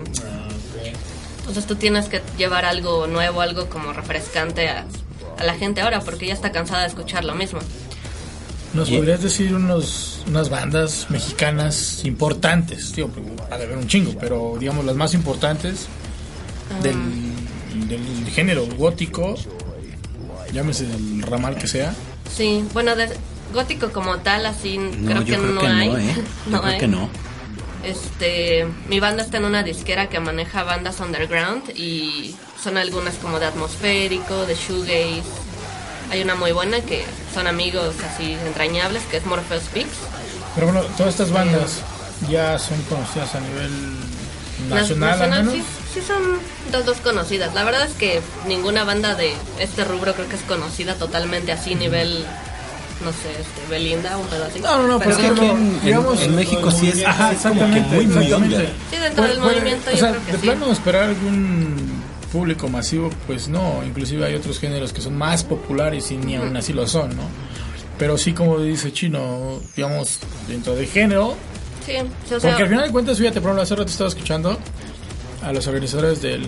[SPEAKER 8] entonces tú tienes que llevar algo nuevo, algo como refrescante a, a la gente ahora, porque ya está cansada de escuchar lo mismo.
[SPEAKER 7] ¿Nos podrías decir unos unas bandas mexicanas importantes? Tío, ha de haber un chingo, pero digamos las más importantes um. del, del género gótico, llámese del ramal que sea.
[SPEAKER 8] Sí, bueno, de gótico como tal, así
[SPEAKER 5] no,
[SPEAKER 8] creo que
[SPEAKER 5] creo
[SPEAKER 8] no
[SPEAKER 5] que
[SPEAKER 8] hay.
[SPEAKER 5] No, ¿eh? Yo
[SPEAKER 8] no
[SPEAKER 5] creo
[SPEAKER 8] hay.
[SPEAKER 5] que no.
[SPEAKER 8] Este, mi banda está en una disquera que maneja bandas underground y son algunas como de atmosférico, de shoegaze. Hay una muy buena que son amigos así entrañables, que es Morpheus Peaks.
[SPEAKER 7] Pero bueno, todas estas bandas ya son conocidas a nivel nacional,
[SPEAKER 8] nacional,
[SPEAKER 7] al menos.
[SPEAKER 8] Sí, sí son dos, dos conocidas. La verdad es que ninguna banda de este rubro creo que es conocida totalmente así, mm. nivel, no sé, este, Belinda, un pedo así.
[SPEAKER 7] No, no, no, pero, pero es que en, digamos,
[SPEAKER 5] en México sí es,
[SPEAKER 7] ajá, exactamente,
[SPEAKER 5] muy, muy
[SPEAKER 7] exactamente.
[SPEAKER 8] Sí, dentro del
[SPEAKER 7] puede,
[SPEAKER 8] movimiento
[SPEAKER 7] o
[SPEAKER 8] yo
[SPEAKER 7] sea,
[SPEAKER 8] creo que
[SPEAKER 7] de
[SPEAKER 8] sí.
[SPEAKER 7] plano esperar algún público masivo, pues no, inclusive hay otros géneros que son más populares y ni aún así lo son, ¿no? Pero sí, como dice Chino, digamos, dentro de género,
[SPEAKER 8] sí, sí, o sea,
[SPEAKER 7] porque al final de cuentas, fíjate, por ejemplo, hace rato estaba escuchando a los organizadores del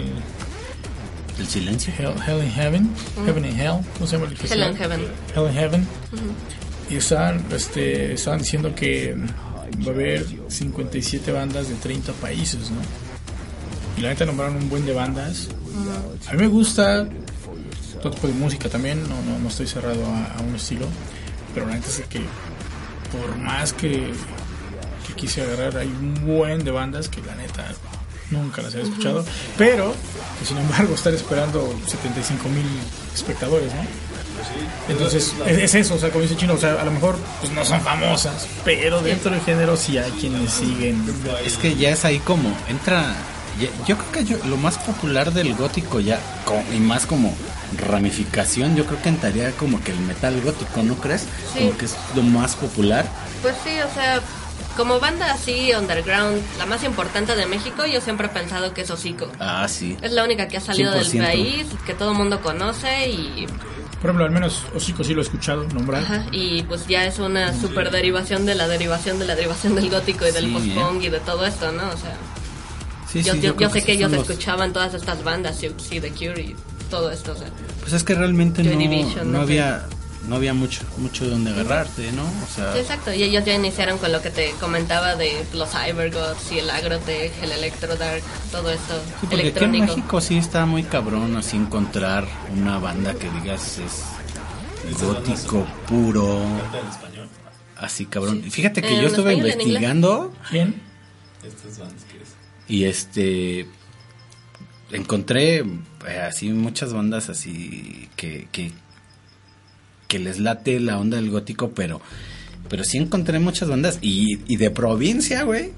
[SPEAKER 5] ¿El silencio?
[SPEAKER 7] Hell, Hell in Heaven, mm. Heaven in Hell, ¿cómo se llama el festival?
[SPEAKER 8] Hell in Heaven.
[SPEAKER 7] Hell in Heaven. Uh-huh. Y estaban, este, estaban diciendo que va a haber cincuenta y siete bandas de treinta países, ¿no? Y la neta nombraron un buen de bandas. Uh-huh. A mí me gusta todo tipo de música también, no, no, no estoy cerrado a, a un estilo, pero la neta es que por más que, que quise agarrar, hay un buen de bandas que la neta nunca las había escuchado, uh-huh. pero que sin embargo están esperando setenta y cinco mil espectadores, ¿no? Entonces es, es eso, o sea, como dice Chino, o sea, a lo mejor pues no son famosas, pero dentro del género sí hay quienes siguen.
[SPEAKER 5] Es que ya es ahí como entra, ya, yo creo que yo, lo más popular del gótico ya, como, y más como ramificación, yo creo que entraría como que el metal gótico, ¿no crees?
[SPEAKER 8] Sí.
[SPEAKER 5] Como que es lo más popular.
[SPEAKER 8] Pues sí, o sea, como banda así underground, la más importante de México, yo siempre he pensado que es Hocico.
[SPEAKER 5] Ah, sí.
[SPEAKER 8] Es la única que ha salido
[SPEAKER 5] cien por ciento
[SPEAKER 8] del país, que todo el mundo conoce y...
[SPEAKER 7] Por ejemplo, al menos Hocico sí lo he escuchado nombrar.
[SPEAKER 8] Ajá, y pues ya es una super derivación de la derivación de la derivación del gótico y del
[SPEAKER 5] sí,
[SPEAKER 8] post-punk
[SPEAKER 5] ¿eh?
[SPEAKER 8] y de todo esto, ¿no? O sea,
[SPEAKER 5] sí,
[SPEAKER 8] yo,
[SPEAKER 5] sí,
[SPEAKER 8] yo,
[SPEAKER 5] yo,
[SPEAKER 8] yo sé
[SPEAKER 5] que
[SPEAKER 8] que ellos
[SPEAKER 5] los...
[SPEAKER 8] escuchaban todas estas bandas, sí, The Cure y todo esto, o sea.
[SPEAKER 5] Pues es que realmente
[SPEAKER 8] Joy
[SPEAKER 5] no,
[SPEAKER 8] Division,
[SPEAKER 5] no
[SPEAKER 8] no
[SPEAKER 5] había... no había mucho mucho donde agarrarte, ¿no? O sea,
[SPEAKER 8] Sí, exacto, y ellos ya iniciaron con lo que te comentaba de los Cybergods y el Agrotech, el Electrodark, todo esto
[SPEAKER 5] sí, porque aquí en
[SPEAKER 8] electrónico.
[SPEAKER 5] México sí está muy cabrón así encontrar una banda que digas es gótico puro,
[SPEAKER 9] ¿Canta en español?
[SPEAKER 5] así cabrón. Fíjate que
[SPEAKER 8] ¿En
[SPEAKER 5] yo estuve
[SPEAKER 8] español, en
[SPEAKER 5] investigando
[SPEAKER 7] ¿Quién?
[SPEAKER 9] Estas bandas que es.
[SPEAKER 5] y este encontré eh, así muchas bandas así que, que que les late la onda del gótico, pero pero sí encontré muchas bandas y, y de provincia, güey.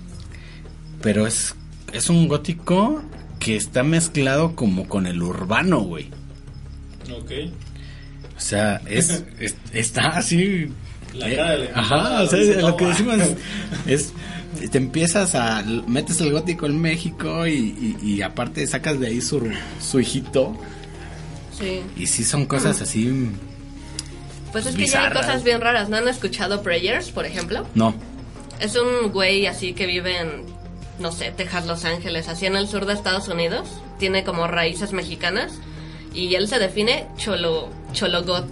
[SPEAKER 5] Pero es es un gótico que está mezclado como con el urbano, güey.
[SPEAKER 9] Ok.
[SPEAKER 5] O sea, es, es está así.
[SPEAKER 9] La
[SPEAKER 5] eh,
[SPEAKER 9] cara de la-
[SPEAKER 5] ajá, o sea,
[SPEAKER 9] dice,
[SPEAKER 5] lo
[SPEAKER 9] no,
[SPEAKER 5] que
[SPEAKER 9] va.
[SPEAKER 5] decimos es te empiezas a metes el gótico en México y, y, y aparte sacas de ahí su su hijito
[SPEAKER 8] Sí.
[SPEAKER 5] y sí son cosas así.
[SPEAKER 8] Pues es que ya hay
[SPEAKER 5] bizarras.
[SPEAKER 8] cosas bien raras. ¿No han escuchado Prayers, por ejemplo?
[SPEAKER 5] No.
[SPEAKER 8] Es un güey así que vive en, no sé, Texas, Los Ángeles, así en el sur de Estados Unidos. Tiene como raíces mexicanas. Y él se define cholo, chologot.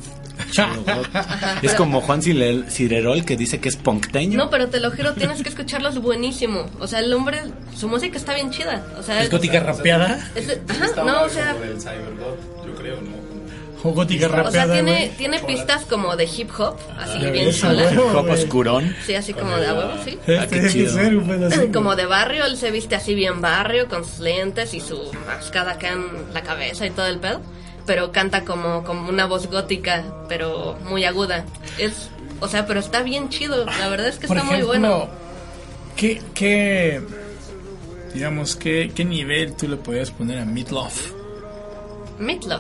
[SPEAKER 5] Es como Juan Cirel- Cirerol que dice que es punkteño.
[SPEAKER 8] No, pero te lo juro, tienes que escucharlo, es buenísimo. O sea, el hombre, su música está bien chida. O sea,
[SPEAKER 7] ¿Es gótica rapeada?
[SPEAKER 8] es de- ajá, no, o sea,
[SPEAKER 9] el Cybergod, yo creo, ¿no?
[SPEAKER 7] ¿O gótica
[SPEAKER 8] o sea,
[SPEAKER 7] rapeada,
[SPEAKER 8] tiene,
[SPEAKER 7] güey?
[SPEAKER 8] tiene pistas como de hip hop, así
[SPEAKER 7] Ya
[SPEAKER 8] bien
[SPEAKER 7] ves,
[SPEAKER 8] cholas.
[SPEAKER 7] güey.
[SPEAKER 5] Hip hop oscurón.
[SPEAKER 8] Sí, así como de a huevo, sí.
[SPEAKER 5] Ah,
[SPEAKER 7] Este
[SPEAKER 5] qué
[SPEAKER 7] tiene que
[SPEAKER 5] chido.
[SPEAKER 7] ser un pedazo, güey.
[SPEAKER 8] Como de barrio, él se viste así bien barrio, con sus lentes y su mascada acá en la cabeza y todo el pedo. Pero canta como, como una voz gótica, pero muy aguda. Es, o sea, pero está bien chido. La verdad es que
[SPEAKER 7] Por
[SPEAKER 8] está
[SPEAKER 7] ejemplo,
[SPEAKER 8] muy bueno.
[SPEAKER 7] ¿qué, qué, digamos, qué, qué nivel tú le podrías poner a Meatloaf?
[SPEAKER 8] Meatloaf.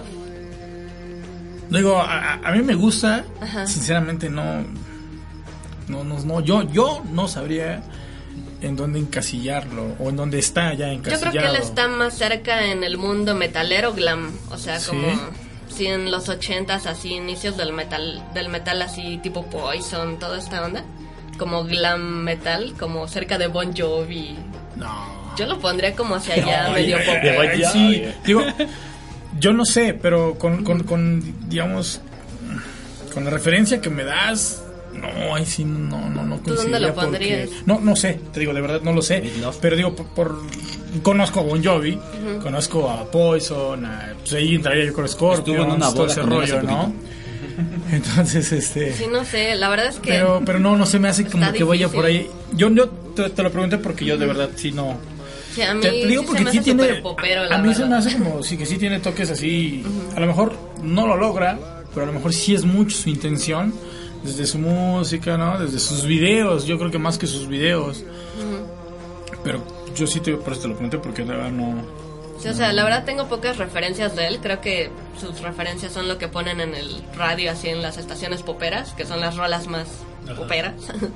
[SPEAKER 7] Digo, a, a- a mí me gusta,
[SPEAKER 8] Ajá.
[SPEAKER 7] sinceramente no, no, no, no, yo, yo no sabría en dónde encasillarlo o en dónde está ya
[SPEAKER 8] Yo
[SPEAKER 7] encasillado.
[SPEAKER 8] creo que él está más cerca en el mundo metalero glam. O sea,
[SPEAKER 7] ¿Sí?
[SPEAKER 8] como... Sí, en los ochentas, así, inicios del metal, del metal así, tipo Poison, toda esta onda. Como glam metal, como cerca de Bon Jovi.
[SPEAKER 7] No.
[SPEAKER 8] Yo lo pondría como hacia allá,
[SPEAKER 7] Ay,
[SPEAKER 8] medio
[SPEAKER 7] ay,
[SPEAKER 8] pop.
[SPEAKER 7] ay, ay, sí, digo, yo no sé, pero con, con, con, digamos, con la referencia que me das, no, ahí sí no, no, no
[SPEAKER 8] ¿Tú dónde
[SPEAKER 7] coincidiría
[SPEAKER 8] lo
[SPEAKER 7] porque-
[SPEAKER 8] pondrías?
[SPEAKER 7] No, no sé, te digo, de verdad no lo sé,
[SPEAKER 5] Meatloaf.
[SPEAKER 7] pero digo, por, por- conozco a Bon Jovi, conozco a Poison, a, pues ahí entraría yo con Scorpions,
[SPEAKER 5] Estuvo en una
[SPEAKER 7] todo
[SPEAKER 5] boda
[SPEAKER 7] ese
[SPEAKER 5] con él
[SPEAKER 7] rollo,
[SPEAKER 5] hace
[SPEAKER 7] ¿no? Entonces, este...
[SPEAKER 8] Sí, no sé, la verdad es que...
[SPEAKER 7] Pero, pero no, no se me hace como
[SPEAKER 8] Está
[SPEAKER 7] que vaya
[SPEAKER 8] difícil.
[SPEAKER 7] por ahí. Yo, yo te, te lo pregunté porque yo de verdad sí no...
[SPEAKER 8] Sí, a mí
[SPEAKER 7] Te, te digo
[SPEAKER 8] sí
[SPEAKER 7] porque
[SPEAKER 8] se me
[SPEAKER 7] sí
[SPEAKER 8] hace
[SPEAKER 7] tiene.
[SPEAKER 8] súper popero, la
[SPEAKER 7] a mí se
[SPEAKER 8] verdad.
[SPEAKER 7] me hace como sí que sí tiene toques así. A lo mejor no lo logra, pero a lo mejor sí es mucho su intención. Desde su música, ¿no? Desde sus videos. Yo creo que más que sus videos. Pero yo sí te, por eso te lo pregunté porque la verdad no.
[SPEAKER 8] Sí, o sea, la verdad tengo pocas referencias de él. Creo que sus referencias son lo que ponen en el radio, así en las estaciones poperas, que son las rolas más poperas.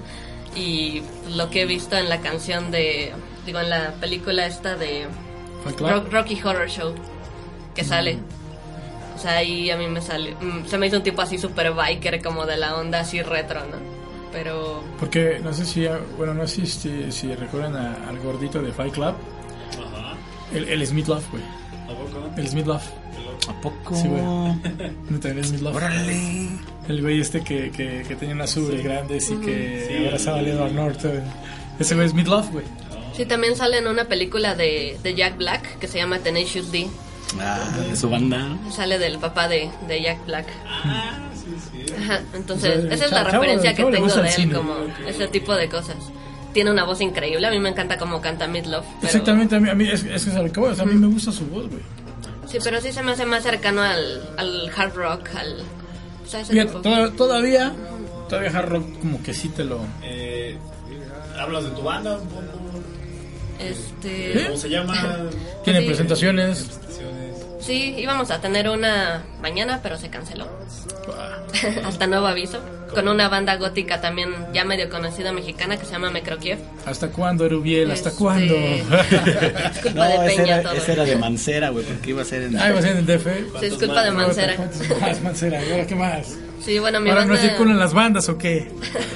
[SPEAKER 8] Y lo que he visto en la canción de... Digo, en la película esta de
[SPEAKER 7] Fight Club.
[SPEAKER 8] Rock- Rocky Horror Show, que sale. O sea, ahí a mí me sale... mm, Se me hizo un tipo así super biker, como de la onda así retro, ¿no? Pero...
[SPEAKER 7] Porque no sé si. Bueno, no sé si, si recuerdan a- al gordito de Fight Club.
[SPEAKER 9] Ajá.
[SPEAKER 7] El, el Smitloff, güey.
[SPEAKER 9] ¿A poco?
[SPEAKER 7] El Smitloff.
[SPEAKER 5] ¿A poco?
[SPEAKER 7] Sí, güey. Neta, el Smitloff.
[SPEAKER 5] Órale.
[SPEAKER 7] El güey este que, que, que tenía unas ubres grandes y que
[SPEAKER 9] Sí,
[SPEAKER 7] abrazaba a
[SPEAKER 9] el-
[SPEAKER 7] Edward Norton. Ese güey es Smitloff, güey.
[SPEAKER 8] Sí, también sale en una película de, de Jack Black que se llama Tenacious D.
[SPEAKER 5] Ah, de su banda.
[SPEAKER 8] Sale del papá de, de Jack Black.
[SPEAKER 9] Ah, sí, sí.
[SPEAKER 8] Ajá, entonces
[SPEAKER 7] O sea,
[SPEAKER 8] esa es la
[SPEAKER 7] chavo-
[SPEAKER 8] referencia que
[SPEAKER 7] chavo le
[SPEAKER 8] tengo
[SPEAKER 7] gusta
[SPEAKER 8] de
[SPEAKER 7] el
[SPEAKER 8] él,
[SPEAKER 7] cine.
[SPEAKER 8] como ese tipo de cosas. Tiene una voz increíble, a mí me encanta cómo canta Meatloaf. Pero,
[SPEAKER 7] Exactamente, a mí, a mí es, es que es a lo que voy, o sea, a mí me gusta su voz, güey.
[SPEAKER 8] Sí, pero sí se me hace más cercano al, al hard rock, al... O sea, ese
[SPEAKER 7] Fíjate,
[SPEAKER 8] tipo.
[SPEAKER 7] to- todavía, todavía hard rock como que sí te lo...
[SPEAKER 9] Eh, ¿Hablas de tu banda un poco?
[SPEAKER 8] Este...
[SPEAKER 9] ¿Cómo se llama?
[SPEAKER 7] Tiene
[SPEAKER 8] Sí.
[SPEAKER 7] presentaciones.
[SPEAKER 9] Presentaciones.
[SPEAKER 8] Sí, íbamos a tener una mañana, pero se canceló. Hasta nuevo aviso. Con una banda gótica también ya medio conocida mexicana que se llama Mecrokiev.
[SPEAKER 7] ¿Hasta cuándo, Erubiel? ¿Hasta
[SPEAKER 8] Este-
[SPEAKER 7] cuándo?
[SPEAKER 8] Es culpa
[SPEAKER 5] No,
[SPEAKER 8] de
[SPEAKER 5] ese
[SPEAKER 8] Peña
[SPEAKER 5] era,
[SPEAKER 8] todo.
[SPEAKER 5] ese era de Mancera, güey, porque iba a ser en...
[SPEAKER 7] Ah, iba a ser en el D F.
[SPEAKER 8] Sí, es culpa de Mancera.
[SPEAKER 7] ¿Cuántos más, Mancera? ¿Y ahora qué más?
[SPEAKER 8] Sí, bueno, mi
[SPEAKER 7] ¿Ahora no
[SPEAKER 8] banda...
[SPEAKER 7] circulan las bandas o qué?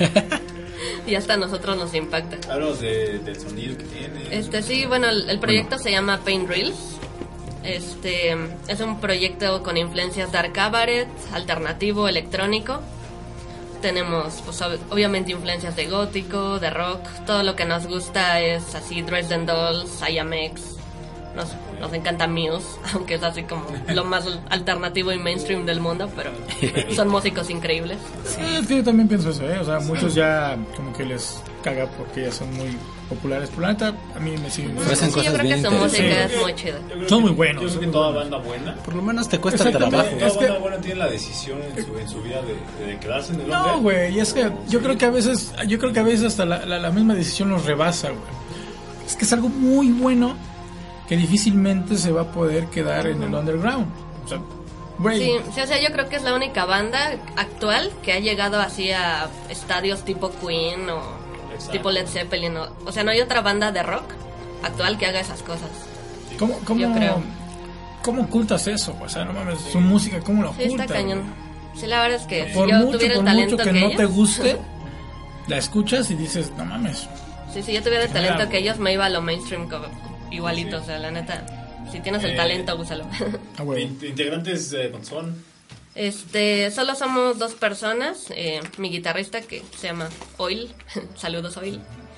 [SPEAKER 8] Y hasta a nosotros nos impacta.
[SPEAKER 9] Háblanos de, del sonido que tiene.
[SPEAKER 8] Este, sí, bueno, el, el proyecto se llama Pain Reels. Este es un proyecto con influencias dark cabaret, alternativo, electrónico. Tenemos pues ob- obviamente influencias de gótico, de rock. Todo lo que nos gusta es así Dresden Dolls, I M X. Nos, nos encanta Muse, aunque es así como lo más alternativo y mainstream del mundo, pero son músicos increíbles.
[SPEAKER 7] Sí, es que yo también pienso eso, ¿eh? O sea, muchos ya como que les caga porque ya son muy populares. Pero la neta, a mí me siguen
[SPEAKER 8] Sí, sí, yo creo que su música es muy chida.
[SPEAKER 7] Son muy buenos.
[SPEAKER 9] Yo creo que toda banda buena.
[SPEAKER 5] Por lo menos te cuesta
[SPEAKER 7] Exactamente.
[SPEAKER 5] trabajo.
[SPEAKER 9] Toda
[SPEAKER 7] Es que-
[SPEAKER 9] banda buena tiene la decisión en su, en su vida de, de quedarse en el
[SPEAKER 7] No,
[SPEAKER 9] under.
[SPEAKER 7] güey, y es que yo creo que a veces, yo creo que a veces hasta la, la, la misma decisión los rebasa, güey. Es que es algo muy bueno que difícilmente se va a poder quedar en el underground. O sea, güey.
[SPEAKER 8] Sí, sí, o sea, yo creo que es la única banda actual que ha llegado así a estadios tipo Queen o
[SPEAKER 9] Exacto.
[SPEAKER 8] tipo Led Zeppelin. O, o sea, no hay otra banda de rock actual que haga esas cosas.
[SPEAKER 7] ¿Cómo, cómo,
[SPEAKER 8] Yo creo.
[SPEAKER 7] ¿Cómo ocultas eso? O sea, no mames, su música, ¿cómo lo
[SPEAKER 8] Sí,
[SPEAKER 7] ocultas?
[SPEAKER 8] está cañón.
[SPEAKER 7] güey?
[SPEAKER 8] Sí, la verdad es que
[SPEAKER 7] Por
[SPEAKER 8] si yo
[SPEAKER 7] mucho,
[SPEAKER 8] tuviera el
[SPEAKER 7] por
[SPEAKER 8] talento
[SPEAKER 7] mucho que,
[SPEAKER 8] que,
[SPEAKER 7] no
[SPEAKER 8] ellos...
[SPEAKER 7] te guste, la escuchas y dices, no mames.
[SPEAKER 8] Sí, si yo tuviera el
[SPEAKER 7] Claro.
[SPEAKER 8] talento que ellos, me iba a lo mainstream co- igualito. O sea, la neta, si tienes el
[SPEAKER 9] Eh,
[SPEAKER 8] talento, úsalo.
[SPEAKER 7] Ah, güey.
[SPEAKER 9] In- Integrantes eh, ¿cuántos son?
[SPEAKER 8] Este, solo somos dos personas. eh, mi guitarrista, que se llama Oil, saludos Oil,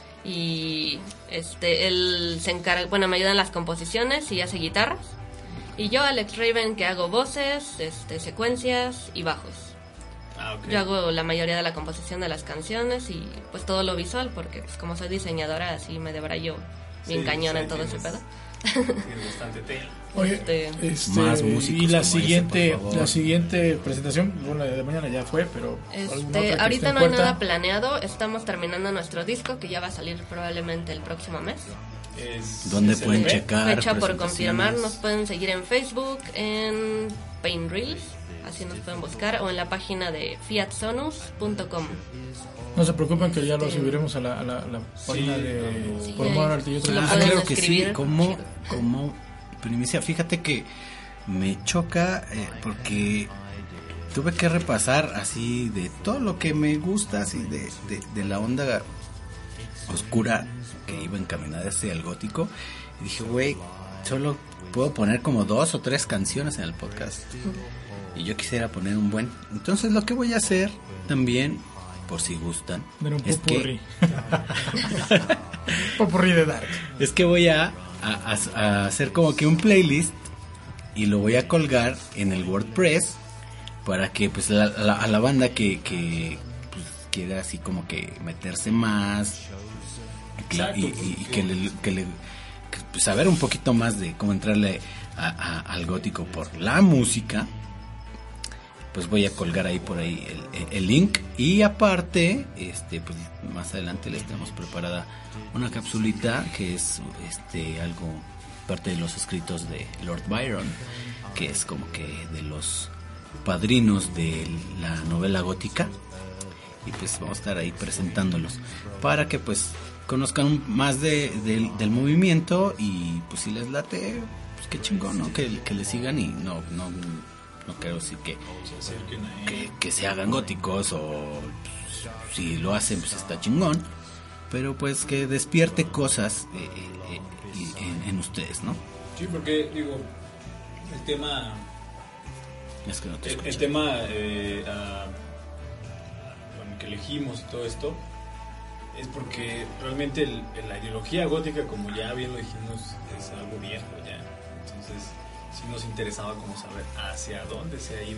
[SPEAKER 8] y este, él se encarga, bueno, me ayuda en las composiciones y hace guitarras. Y yo, Alex Raven, que hago voces, este, secuencias y bajos.
[SPEAKER 9] Ah, ok.
[SPEAKER 8] Yo hago la mayoría de la composición de las canciones y pues todo lo visual, porque pues como soy diseñadora, así me debrayo bien
[SPEAKER 9] Sí,
[SPEAKER 8] cañón
[SPEAKER 9] sí,
[SPEAKER 8] en todo ese
[SPEAKER 9] tienes-
[SPEAKER 8] pedo.
[SPEAKER 9] Tienes bastante tela.
[SPEAKER 7] Oye,
[SPEAKER 8] Este,
[SPEAKER 7] este,
[SPEAKER 5] Más músicos
[SPEAKER 7] y la
[SPEAKER 5] como ese,
[SPEAKER 7] siguiente,
[SPEAKER 5] por favor.
[SPEAKER 7] la siguiente presentación, bueno, la de mañana ya fue, pero ¿alguna otra
[SPEAKER 8] Este,
[SPEAKER 7] que
[SPEAKER 8] ahorita
[SPEAKER 7] esté en
[SPEAKER 8] no hay
[SPEAKER 7] puerta?
[SPEAKER 8] nada planeado, estamos terminando nuestro disco que ya va a salir probablemente el próximo mes.
[SPEAKER 9] Es-
[SPEAKER 5] ¿Dónde
[SPEAKER 9] es
[SPEAKER 5] pueden
[SPEAKER 9] el-
[SPEAKER 5] checar?
[SPEAKER 8] Fecha por
[SPEAKER 5] presentaciones?
[SPEAKER 8] confirmar, nos pueden seguir en Facebook, en Pain Reels, así nos pueden buscar, o en la página de fiat sonus punto com.
[SPEAKER 7] No se preocupen que ya lo
[SPEAKER 8] Este-
[SPEAKER 7] subiremos a la, a la, a la página de
[SPEAKER 8] Sí,
[SPEAKER 7] Por Amor al Arte y otros
[SPEAKER 8] lo
[SPEAKER 5] Ah,
[SPEAKER 7] lados.
[SPEAKER 8] pueden
[SPEAKER 5] claro que sí,
[SPEAKER 8] escribir.
[SPEAKER 5] como, como primicia. Fíjate que me choca eh, porque tuve que repasar así de todo lo que me gusta, así de, de, de la onda oscura que iba encaminada hacia el gótico. Y dije, güey, solo puedo poner como dos o tres canciones en el podcast. Y yo quisiera poner un buen. Entonces lo que voy a hacer también, por si gustan,
[SPEAKER 7] Ver un
[SPEAKER 5] es
[SPEAKER 7] popurrí.
[SPEAKER 5] que
[SPEAKER 7] Popurrí de Dark.
[SPEAKER 5] es que voy a, a- a hacer como que un playlist y lo voy a colgar en el WordPress para que pues la, la- a la banda que, que pues, quiera así como que meterse más que-
[SPEAKER 9] Exacto,
[SPEAKER 5] y, y- y que le, que le- que, pues, saber un poquito más de cómo entrarle a- a- al gótico por la música, pues voy a colgar ahí por ahí el, el link. Y aparte, este pues más adelante les tenemos preparada una capsulita que es este algo parte de los escritos de Lord Byron, que es como que de los padrinos de la novela gótica, y pues vamos a estar ahí presentándolos para que pues conozcan un- más de, del- del movimiento, y pues si les late, pues qué chingón, ¿no? Que, que le sigan, y no no no quiero decir que,
[SPEAKER 9] Se acerquen ahí.
[SPEAKER 5] que, que se hagan góticos, o pues, si lo hacen pues está chingón, pero pues que despierte cosas eh, eh, eh, en, en ustedes, ¿no?
[SPEAKER 9] Sí, porque digo, el tema,
[SPEAKER 5] Es que no te
[SPEAKER 9] el, el
[SPEAKER 5] escucho.
[SPEAKER 9] tema eh, ah, bueno, que elegimos y todo esto es porque realmente el- la ideología gótica, como ya bien lo dijimos, es algo viejo ya. Entonces, sí nos interesaba como saber hacia dónde se ha ido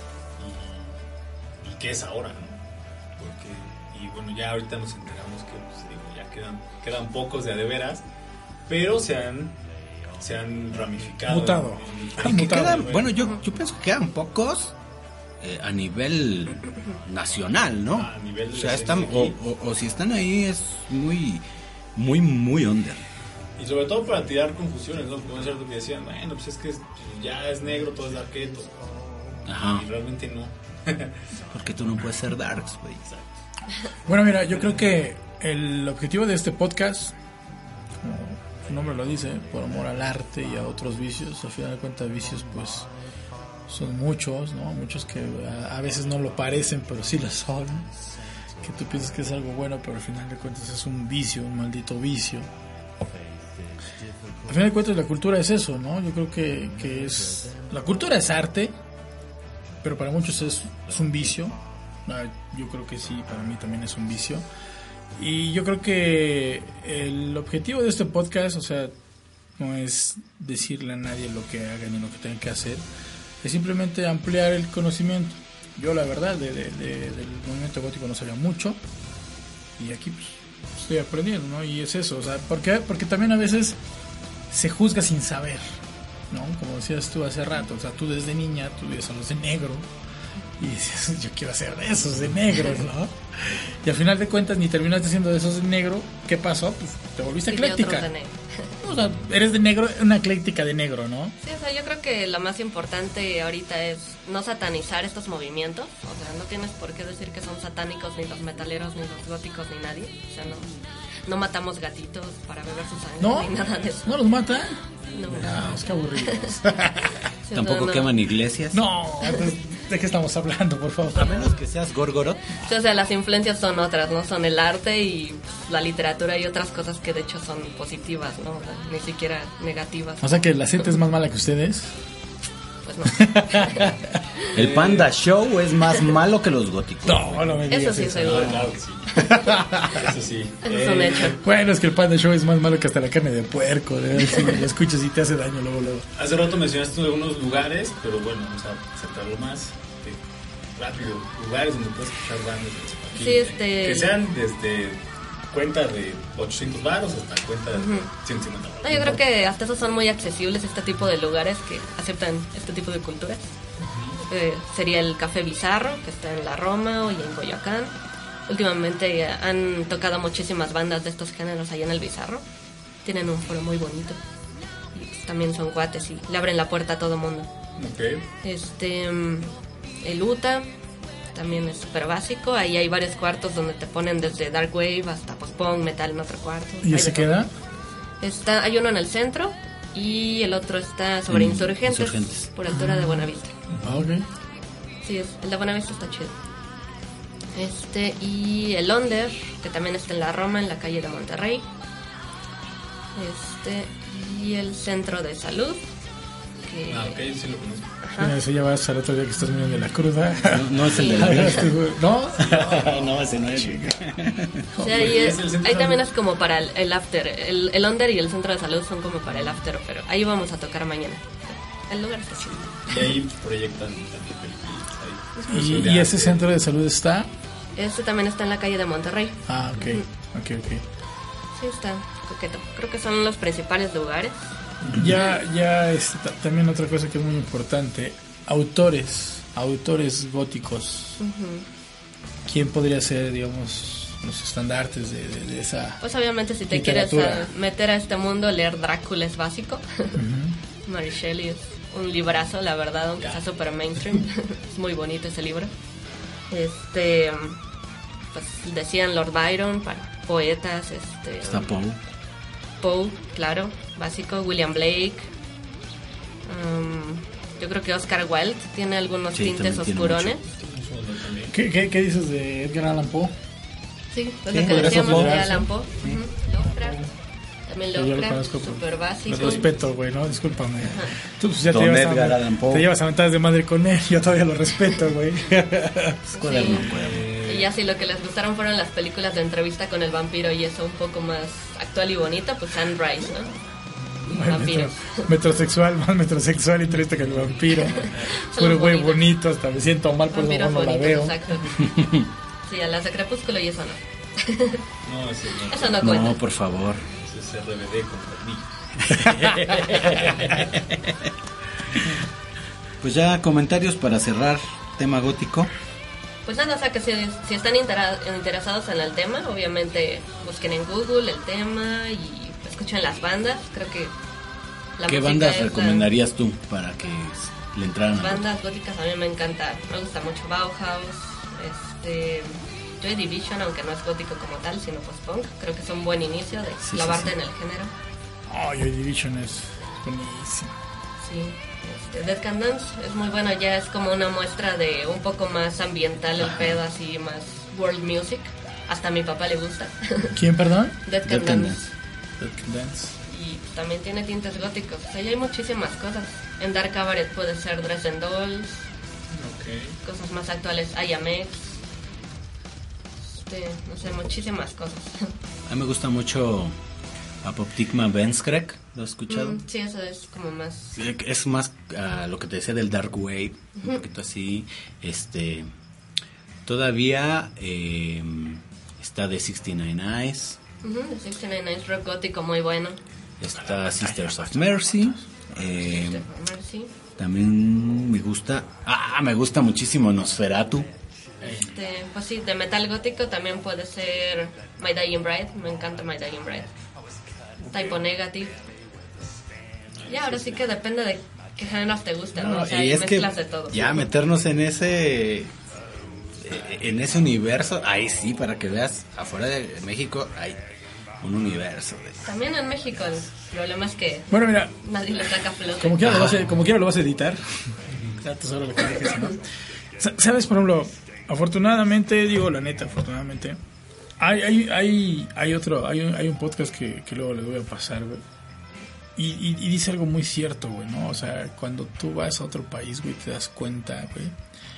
[SPEAKER 9] y, y qué es ahora, ¿no? Porque, y bueno, ya ahorita nos enteramos que pues, digo, ya quedan, quedan pocos de a de veras, pero se han, se han ramificado.
[SPEAKER 7] Mutado.
[SPEAKER 9] en- en
[SPEAKER 5] Y
[SPEAKER 9] diferentes-
[SPEAKER 5] que
[SPEAKER 7] mutado,
[SPEAKER 5] quedan,
[SPEAKER 9] güey.
[SPEAKER 5] bueno, yo, yo pienso que quedan pocos eh, a nivel nacional, ¿no?
[SPEAKER 9] A nivel
[SPEAKER 5] o
[SPEAKER 9] de
[SPEAKER 5] sea,
[SPEAKER 9] la
[SPEAKER 5] están,
[SPEAKER 9] escena
[SPEAKER 5] o,
[SPEAKER 9] aquí.
[SPEAKER 5] o- o si están ahí es muy, muy, muy under.
[SPEAKER 9] Y sobre todo para tirar confusiones, ¿no? Como es cierto que decían, bueno, pues es que es- ya es negro, todo es darketo.
[SPEAKER 5] Ajá.
[SPEAKER 9] Y realmente no.
[SPEAKER 5] Porque tú no puedes ser darks, güey.
[SPEAKER 7] Bueno, mira, yo creo que el objetivo de este podcast, como su nombre lo dice, por amor al arte y a otros vicios, al final de cuentas vicios pues son muchos, ¿no? Muchos que a, a veces no lo parecen, pero sí lo son. Que tú piensas que es algo bueno, pero al final de cuentas es un vicio, un maldito vicio. Al final de cuentas la cultura es eso, ¿no? Yo creo que, que es... La cultura es arte, pero para muchos es, es un vicio. Yo creo que sí, para mí también es un vicio. Y yo creo que el objetivo de este podcast, o sea, no es decirle a nadie lo que hagan ni lo que tengan que hacer, es simplemente ampliar el conocimiento. Yo la verdad de, de, de, del movimiento gótico no sabía mucho y aquí pues estoy aprendiendo, ¿no? Y es eso, o sea, ¿por qué? Porque también a veces se juzga sin saber, ¿no? Como decías tú hace rato, o sea, tú desde niña tú ves a los de negro y dices, yo quiero ser de esos de negros, ¿no? Y al final de cuentas ni terminaste siendo de esos de negro. ¿Qué pasó? Pues te volviste
[SPEAKER 8] Y de
[SPEAKER 7] ecléctica.
[SPEAKER 8] otros de negro.
[SPEAKER 7] O sea, eres de negro, una ecléctica de negro, ¿no?
[SPEAKER 8] Sí, o sea, yo creo que lo más importante ahorita es no satanizar estos movimientos. O sea, no tienes por qué decir que son satánicos ni los metaleros, ni los góticos, ni nadie. O sea, no, no matamos gatitos para beber su sangre,
[SPEAKER 7] ¿No?
[SPEAKER 8] ni nada de eso.
[SPEAKER 7] ¿No los matan?
[SPEAKER 8] No,
[SPEAKER 7] No, es que aburridos.
[SPEAKER 8] Sí,
[SPEAKER 5] ¿Tampoco
[SPEAKER 8] no, no.
[SPEAKER 5] queman iglesias?
[SPEAKER 7] No, entonces, ¿de qué estamos hablando, por favor?
[SPEAKER 5] A menos que seas Gorgoroth.
[SPEAKER 8] Sí, o sea, las influencias son otras, ¿no? Son el arte y pues, la literatura y otras cosas que de hecho son positivas, ¿no? O sea, ni siquiera negativas.
[SPEAKER 7] O sea que la gente es más mala que ustedes.
[SPEAKER 8] Pues no.
[SPEAKER 5] El Panda Show es más malo que los góticos.
[SPEAKER 7] No, no me digas
[SPEAKER 8] Eso sí,
[SPEAKER 7] eso.
[SPEAKER 8] seguro.
[SPEAKER 9] Claro que sí. Eso sí.
[SPEAKER 8] Eso es un
[SPEAKER 9] Eh,
[SPEAKER 8] hecho.
[SPEAKER 7] Bueno, es que el Panda Show es más malo que hasta la carne de puerco. De ver si lo escuchas y te hace daño luego, luego.
[SPEAKER 9] Hace rato mencionaste algunos lugares, pero bueno, vamos a centrarlo más. eh, Rápido, lugares donde puedes escuchar bandas. Aquí,
[SPEAKER 8] Sí, este-
[SPEAKER 9] Que sean desde cuenta de ochocientos baros hasta cuenta de ciento cincuenta baros.
[SPEAKER 8] No, yo creo que hasta esos son muy accesibles, este tipo de lugares que aceptan este tipo de culturas. Eh, sería el Café Bizarro, que está en la Roma y en Coyoacán. Últimamente eh, han tocado muchísimas bandas de estos géneros allá en el Bizarro. Tienen un foro muy bonito. Y pues, también son cuates y le abren la puerta a todo mundo.
[SPEAKER 9] Ok.
[SPEAKER 8] Este, mm, el Uta también es súper básico. Ahí hay varios cuartos donde te ponen desde Dark Wave hasta post-punk, metal en otro cuarto.
[SPEAKER 7] ¿Y
[SPEAKER 8] Hay
[SPEAKER 7] ese
[SPEAKER 8] de todo.
[SPEAKER 7] queda?
[SPEAKER 8] Está, hay uno en el centro y el otro está sobre
[SPEAKER 5] Mm,
[SPEAKER 8] Insurgentes,
[SPEAKER 5] Insurgentes.
[SPEAKER 8] por altura de Buenavista.
[SPEAKER 7] Ah, ok.
[SPEAKER 8] Sí, es- el de Buenavista está chido. Este, y el Onder, que también está en la Roma, en la calle de Monterrey. Este, y el Centro de Salud, que...
[SPEAKER 9] Ah, ok, sí lo conozco.
[SPEAKER 8] Ajá.
[SPEAKER 7] Eso ya vas al otro día que estás muriendo de la cruda.
[SPEAKER 5] No, no es el de la granja.
[SPEAKER 7] ¿No?
[SPEAKER 5] No, ese no es.
[SPEAKER 8] Sí, ahí, es-
[SPEAKER 9] Es el centro
[SPEAKER 8] ahí
[SPEAKER 9] de
[SPEAKER 8] también
[SPEAKER 9] salud.
[SPEAKER 8] es como para el, el after. El, el Onder y el Centro de Salud son como para el after, pero ahí vamos a tocar mañana. El lugar está chido.
[SPEAKER 9] Y ahí proyectan también películas. Ahí.
[SPEAKER 7] ¿Y,
[SPEAKER 9] Museo de
[SPEAKER 7] y ese
[SPEAKER 9] arte.
[SPEAKER 7] centro de salud está?
[SPEAKER 8] Este también está en la calle de Monterrey.
[SPEAKER 7] Ah, ok. Ok, ok.
[SPEAKER 8] Sí, está coqueto. Creo que son los principales lugares.
[SPEAKER 7] Ya, ya es ta- también otra cosa que es muy importante. Autores, autores góticos. ¿Quién podría ser, digamos, los estandartes de, de- de esa?
[SPEAKER 8] Pues obviamente si te quieres
[SPEAKER 7] Literatura.
[SPEAKER 8] uh, meter a este mundo, leer Drácula es básico. Mary Shelley es un librazo, la verdad, aunque sea super mainstream. Es muy bonito ese libro. Este, pues decían Lord Byron, para poetas, este,
[SPEAKER 5] Está Poe.
[SPEAKER 8] Poe, claro, básico, William Blake. Um, yo creo que Oscar Wilde tiene algunos
[SPEAKER 5] Sí,
[SPEAKER 8] tintes
[SPEAKER 5] también tiene
[SPEAKER 8] oscurones.
[SPEAKER 7] ¿Qué, qué, qué dices de Edgar Allan Poe?
[SPEAKER 8] Sí, es
[SPEAKER 7] Sí,
[SPEAKER 8] lo que
[SPEAKER 7] podría
[SPEAKER 8] decíamos de
[SPEAKER 7] soportarse.
[SPEAKER 8] Allan Poe. Ujú, Lovecraft. También
[SPEAKER 7] Yo lo
[SPEAKER 8] Lovecraft,
[SPEAKER 7] conozco por-
[SPEAKER 8] super básico.
[SPEAKER 7] Me respeto, güey, ¿no? Discúlpame. Tú pues, ya te
[SPEAKER 5] Don
[SPEAKER 7] llevas,
[SPEAKER 5] Edgar
[SPEAKER 7] a,
[SPEAKER 5] Allan Poe.
[SPEAKER 7] te llevas a mentadas de madre con él. Yo todavía lo respeto, güey.
[SPEAKER 5] Cuaderno,
[SPEAKER 8] Sí.
[SPEAKER 5] cuaderno.
[SPEAKER 8] Y ya si lo que les gustaron fueron las películas de entrevista con el vampiro y eso un poco más actual y bonito, pues Sunrise, ¿no? Vampiros.
[SPEAKER 7] Metro- metrosexual, más metrosexual y triste que el vampiro.
[SPEAKER 8] Son
[SPEAKER 7] Puro
[SPEAKER 8] los
[SPEAKER 7] güey
[SPEAKER 8] bonitos.
[SPEAKER 7] bonito, hasta me siento mal por eso
[SPEAKER 8] Vampiros
[SPEAKER 7] no la
[SPEAKER 8] bonitos,
[SPEAKER 7] veo.
[SPEAKER 8] exacto. Sí, a las de Crepúsculo y eso no.
[SPEAKER 9] No, ese no.
[SPEAKER 8] Eso no cuenta.
[SPEAKER 5] No, por favor.
[SPEAKER 9] Ese es R B D con tornillos.
[SPEAKER 5] Pues ya comentarios para cerrar tema gótico.
[SPEAKER 8] Pues nada, o sea que si, si están intera- interesados en el tema, obviamente busquen en Google el tema y escuchen las bandas. Creo que la
[SPEAKER 5] ¿Qué
[SPEAKER 8] música
[SPEAKER 5] bandas
[SPEAKER 8] es la-
[SPEAKER 5] recomendarías tú para que le entraran
[SPEAKER 8] Las
[SPEAKER 5] a
[SPEAKER 8] bandas góticas a mí me encanta, me gusta mucho Bauhaus, este, Joy Division, aunque no es gótico como tal, sino post-punk. Creo que es un buen inicio de
[SPEAKER 5] Sí,
[SPEAKER 8] clavarte
[SPEAKER 5] sí, sí.
[SPEAKER 8] en el género.
[SPEAKER 7] Oh, Joy Division es buenísimo.
[SPEAKER 8] Sí, este, Dead Can Dance es muy bueno, ya es como una muestra de un poco más ambiental el pedo, así más world music. Hasta a mi papá le gusta.
[SPEAKER 7] ¿Quién, perdón?
[SPEAKER 8] Dead Can
[SPEAKER 5] Dead Can
[SPEAKER 8] Dance.
[SPEAKER 5] Dance.
[SPEAKER 7] Dead Can Dance.
[SPEAKER 8] y pues, también tiene tintes góticos. O sea, ya hay muchísimas cosas. En Dark Cabaret puede ser Dresden Dolls,
[SPEAKER 9] Okay.
[SPEAKER 8] cosas más actuales, I M X, este, no sé, muchísimas cosas.
[SPEAKER 5] A mí me gusta mucho Apoptygma Venskreck, ¿lo has escuchado?
[SPEAKER 8] Mm, sí, eso es como más...
[SPEAKER 5] Es más uh, lo que te decía del Dark Wave, uh-huh. un poquito así. Este, todavía eh, está The sesenta y nueve Eyes.
[SPEAKER 8] Uh-huh, The sesenta y nueve Eyes, rock gótico muy bueno.
[SPEAKER 5] Está Sisters of Mercy. Eh,
[SPEAKER 8] Sisters of Mercy.
[SPEAKER 5] También me gusta, ah, me gusta muchísimo Nosferatu.
[SPEAKER 8] Este, pues sí, de metal gótico también puede ser My Dying Bride, me encanta My Dying Bride. Typo Negative. Ya, ahora sí que depende de qué géneros te gustan, ¿no?
[SPEAKER 5] No,
[SPEAKER 8] O sea,
[SPEAKER 5] y
[SPEAKER 8] hay
[SPEAKER 5] es
[SPEAKER 8] mezclas
[SPEAKER 5] que
[SPEAKER 8] de todo.
[SPEAKER 5] ya meternos en ese en ese universo, ahí sí, para que veas, afuera de México hay un universo. De...
[SPEAKER 8] También en México el problema es que
[SPEAKER 7] bueno, mira,
[SPEAKER 8] nadie le saca flote.
[SPEAKER 7] Como quiera, lo vas a, como quiera lo vas a editar. Exacto, solo lo que dije, ¿no? Sabes, por ejemplo, afortunadamente, digo la neta, afortunadamente, hay hay hay, hay otro, hay un, hay un podcast que, que luego les voy a pasar, güey. Y, y, y dice algo muy cierto, güey, ¿no? O sea, cuando tú vas a otro país, güey, te das cuenta, güey,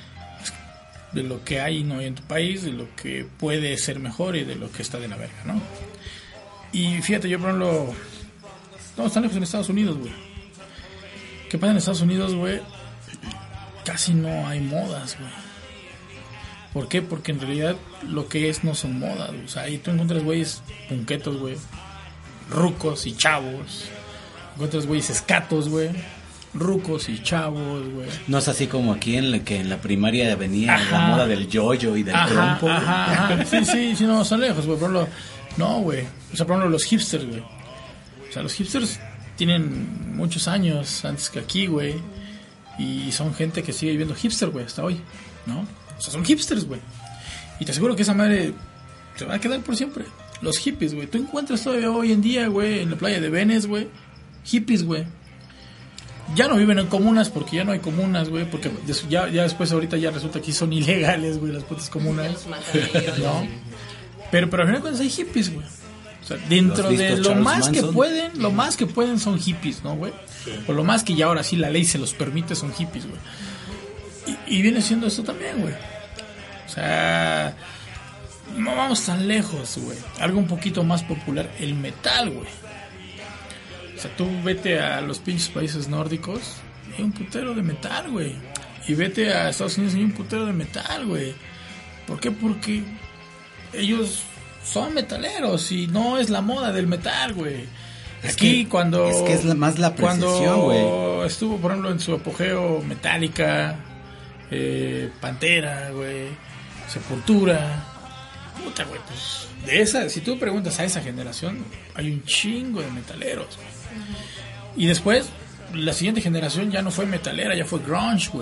[SPEAKER 7] de lo que hay no hay en tu país, de lo que puede ser mejor y de lo que está de la verga, ¿no? Y fíjate, yo por ejemplo, no, están lejos en Estados Unidos, güey. ¿Qué pasa en Estados Unidos, güey? Casi no hay modas, güey. ¿Por qué? Porque en realidad lo que es no son modas, güey. O sea, ahí tú encuentras güeyes punquetos, güey, rucos y chavos. Encuentras güeyes escatos, güey, rucos y chavos, güey.
[SPEAKER 5] No es así como aquí en la que en la primaria venía
[SPEAKER 7] Ajá.
[SPEAKER 5] la moda del yoyo y del
[SPEAKER 7] Ajá,
[SPEAKER 5] trompo.
[SPEAKER 7] ajá, ajá. Sí, sí, sí, no, son lejos, güey. Por ejemplo, no, güey. O sea, por ejemplo, los hipsters, güey. O sea, los hipsters tienen muchos años antes que aquí, güey. Y son gente que sigue viviendo hipster, güey, hasta hoy, ¿no? O sea, son hipsters, güey. Y te aseguro que esa madre se va a quedar por siempre. Los hippies, güey. Tú encuentras todavía hoy en día, güey, en la playa de Venice, güey, hippies, güey. Ya no viven en comunas porque ya no hay comunas, güey. Porque ya, ya después ahorita ya resulta que son ilegales, güey, las putas comunas. ¿No? Pero, pero al final de cuentas hay hippies, güey. O sea, dentro de lo
[SPEAKER 5] Charles
[SPEAKER 7] más
[SPEAKER 5] Manson.
[SPEAKER 7] que pueden, lo más que pueden son hippies, ¿no, güey? Sí. O lo más que ya ahora sí la ley se los permite son hippies, güey. Y, y viene siendo esto también, güey. O sea, no vamos tan lejos, güey. Algo un poquito más popular, el metal, güey. O sea, tú vete a los pinches países nórdicos, hay un putero de metal, güey. Y vete a Estados Unidos, hay un putero de metal, güey. ¿Por qué? Porque ellos son metaleros y no es la moda del metal, güey.
[SPEAKER 5] Es
[SPEAKER 7] Aquí
[SPEAKER 5] que,
[SPEAKER 7] cuando...
[SPEAKER 5] Es que es la, más la precisión, güey.
[SPEAKER 7] Cuando estuvo, por ejemplo, en su apogeo Metallica, eh, Pantera, güey, Sepultura... Puta, güey, pues... De esa, si tú preguntas a esa generación, hay un chingo de metaleros, güey. Uh-huh. Y después, la siguiente generación ya no fue metalera, ya fue grunge, güey,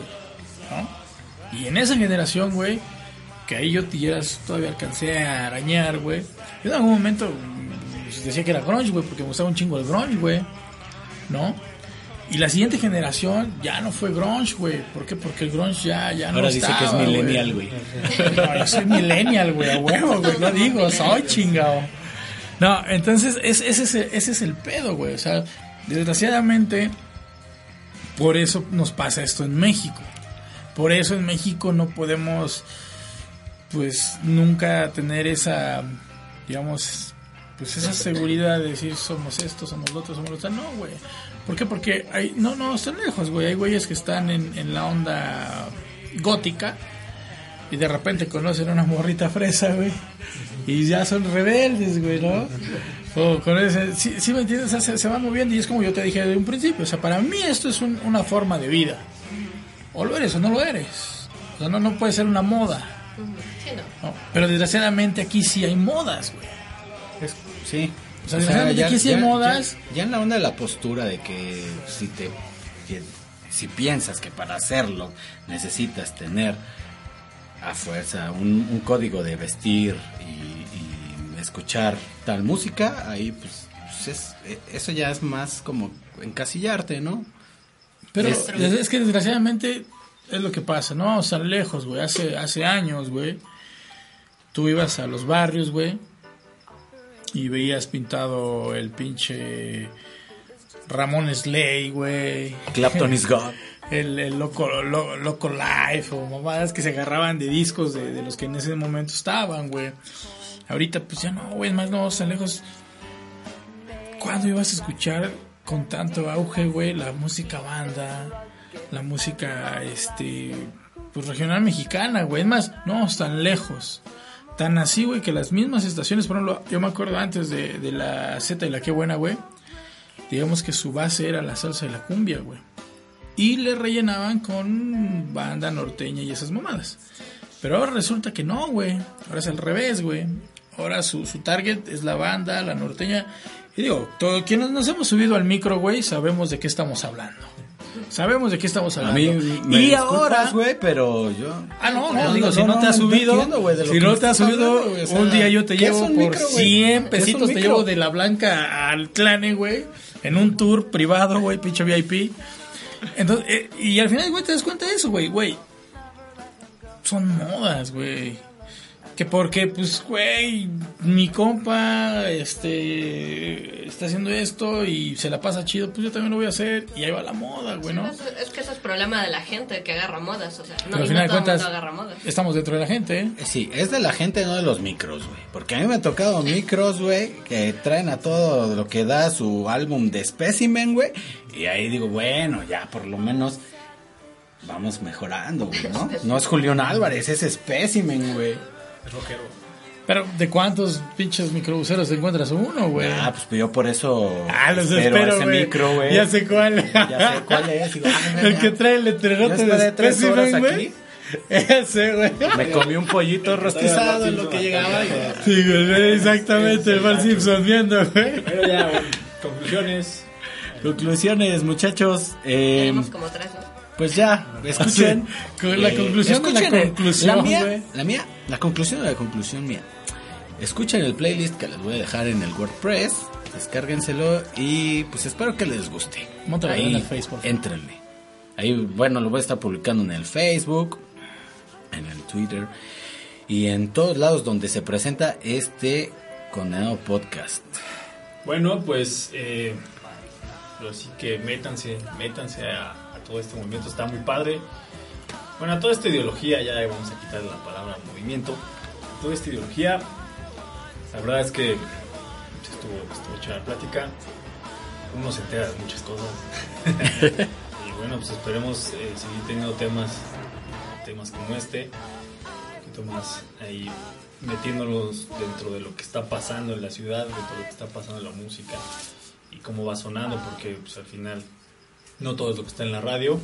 [SPEAKER 7] ¿no? Y en esa generación, güey, que ahí yo todavía alcancé a arañar, güey. Yo en algún momento pues, decía que era grunge, güey, porque me gustaba un chingo el grunge, güey, ¿no? Y la siguiente generación ya no fue grunge, güey. ¿Por qué? Porque el grunge ya, ya no
[SPEAKER 5] Ahora
[SPEAKER 7] estaba,
[SPEAKER 5] dice que es millennial, güey.
[SPEAKER 7] No, yo soy millennial, güey, a huevo, güey. No digo, soy chingado. No, entonces ese, ese, es el, ese es el pedo, güey. O sea, desgraciadamente, por eso nos pasa esto en México. Por eso en México no podemos... pues nunca tener esa, digamos, pues esa seguridad de decir somos esto, somos lo otro, somos lo otro. No, güey. ¿Por qué? Porque hay, no, no, están lejos, güey. Hay güeyes que están en, en la onda gótica y de repente conocen a una morrita fresa, güey, y ya son rebeldes, güey, ¿no? O con ese, sí, sí me entiendes, o sea, se, se van moviendo y es como yo te dije desde un principio. O sea, para mí esto es un, una forma de vida. O lo eres o no lo eres. O sea, no, no puede ser una moda.
[SPEAKER 8] Sí, no.
[SPEAKER 7] No, pero desgraciadamente aquí sí hay modas, güey.
[SPEAKER 5] Es, sí.
[SPEAKER 7] O sea, desgraciadamente aquí sí hay modas.
[SPEAKER 5] Ya, ya en la onda de la postura de que si te que, si piensas que para hacerlo necesitas tener a fuerza un, un código de vestir y, y escuchar tal música, ahí pues, pues es, eso ya es más como encasillarte, ¿no?
[SPEAKER 7] Pero
[SPEAKER 5] es,
[SPEAKER 7] es, es que desgraciadamente es lo que pasa, no vamos a estar lejos, güey. Hace, hace años, güey, tú ibas a los barrios, güey, y veías pintado el pinche Ramón Slay, güey.
[SPEAKER 5] Clapton is God.
[SPEAKER 7] El, el loco, lo, loco Life o mamadas que se agarraban de discos de, de los que en ese momento estaban, güey. Ahorita pues ya no, güey, más no, tan lejos. ¿Cuándo ibas a escuchar con tanto auge, güey, la música banda, la música, este, pues regional mexicana, güey? Es más, no, tan lejos. Tan así, güey, que las mismas estaciones, por ejemplo, yo me acuerdo antes de, de la Z y la Qué Buena, güey, digamos que su base era la salsa y la cumbia, güey. Y le rellenaban con banda norteña y esas mamadas. Pero ahora resulta que no, güey. Ahora es al revés, güey. Ahora su, su target es la banda, la norteña. Y digo, todos quienes nos hemos subido al micro, güey, sabemos de qué estamos hablando. Sabemos de qué estamos hablando.
[SPEAKER 5] A mí me
[SPEAKER 7] y ahora,
[SPEAKER 5] güey, pero yo...
[SPEAKER 7] Ah, no, no,
[SPEAKER 5] no
[SPEAKER 7] digo,
[SPEAKER 5] no,
[SPEAKER 7] si no,
[SPEAKER 5] no
[SPEAKER 7] te has subido,
[SPEAKER 5] entiendo, güey, de lo
[SPEAKER 7] si
[SPEAKER 5] que
[SPEAKER 7] no
[SPEAKER 5] me
[SPEAKER 7] te has
[SPEAKER 5] estás
[SPEAKER 7] subido,
[SPEAKER 5] hablando, güey, o sea,
[SPEAKER 7] un día yo te
[SPEAKER 5] ¿qué es
[SPEAKER 7] llevo
[SPEAKER 5] un
[SPEAKER 7] por
[SPEAKER 5] micro, güey?
[SPEAKER 7] cien
[SPEAKER 5] ¿Qué es un
[SPEAKER 7] pesitos, te
[SPEAKER 5] micro?
[SPEAKER 7] llevo de la Blanca al Clane, güey, en un tour privado, güey, pinche V I P. Entonces, eh, y al final, güey, te das cuenta de eso, güey, güey. Son modas, güey. Que porque, pues, güey, mi compa, este, está haciendo esto y se la pasa chido, pues yo también lo voy a hacer. Y ahí va la moda, güey, ¿no?
[SPEAKER 8] Sí, es, es que eso es problema de la gente que agarra modas, o sea, no,
[SPEAKER 7] Pero al
[SPEAKER 8] y
[SPEAKER 7] final
[SPEAKER 8] no
[SPEAKER 7] de
[SPEAKER 8] todo el
[SPEAKER 7] cuentas,
[SPEAKER 8] mundo agarra modas.
[SPEAKER 7] estamos dentro de la gente, ¿eh?
[SPEAKER 5] Sí, es de la gente, no de los micros, güey. Porque a mí me ha tocado micros, güey, que traen a todo lo que da su álbum de Specimen, güey. Y ahí digo, bueno, ya por lo menos vamos mejorando, güey, ¿no? No es Julián Álvarez, es Specimen, güey.
[SPEAKER 9] Es rockero.
[SPEAKER 7] Pero, ¿de cuántos pinches microbuseros te encuentras uno, güey?
[SPEAKER 5] Ah, pues yo por eso
[SPEAKER 7] Ah, los
[SPEAKER 5] espero
[SPEAKER 7] espero,
[SPEAKER 5] ese
[SPEAKER 7] güey.
[SPEAKER 5] micro, güey.
[SPEAKER 7] Ya sé cuál.
[SPEAKER 5] Ya sé cuál es. Digo, ah, mira,
[SPEAKER 7] El
[SPEAKER 5] ya.
[SPEAKER 7] que trae el letrerote
[SPEAKER 5] Yo esperé
[SPEAKER 7] de
[SPEAKER 5] tres horas
[SPEAKER 7] Specimen,
[SPEAKER 5] aquí.
[SPEAKER 7] güey. Ese, güey.
[SPEAKER 5] Me comí un pollito rostizado en lo que llegaba. Y...
[SPEAKER 7] Sí, güey, exactamente, el Bar Simpson viendo, güey.
[SPEAKER 9] Pero ya, bueno, conclusiones.
[SPEAKER 5] Conclusiones, muchachos. Eh,
[SPEAKER 8] Tenemos como tres, ¿no?
[SPEAKER 5] pues ya, escuchen.
[SPEAKER 7] Con la
[SPEAKER 5] Eh,
[SPEAKER 7] conclusión de la
[SPEAKER 5] escuchen, eh,
[SPEAKER 7] conclusión,
[SPEAKER 5] la mía,
[SPEAKER 7] güey.
[SPEAKER 5] la mía, la conclusión de la conclusión mía. Escuchen el playlist que les voy a dejar en el WordPress, descárguenselo y pues espero que les guste.
[SPEAKER 7] Móntalo
[SPEAKER 5] Ahí,
[SPEAKER 7] en el Facebook.
[SPEAKER 5] éntrenle. Ahí, bueno, lo voy a estar publicando en el Facebook, en el Twitter y en todos lados donde se presenta este condenado podcast.
[SPEAKER 9] Bueno, pues, eh, así que métanse, métanse a, a todo este movimiento, está muy padre. Bueno, a toda esta ideología, ya vamos a quitar la palabra movimiento. Toda esta ideología, la verdad es que estuvo, estuvo hecha la plática. Uno se entera de muchas cosas. Y bueno, pues esperemos eh, seguir teniendo temas, temas como este, un poquito más ahí metiéndolos dentro de lo que está pasando en la ciudad, dentro de lo que está pasando en la música y cómo va sonando, porque pues al final no todo es lo que está en la radio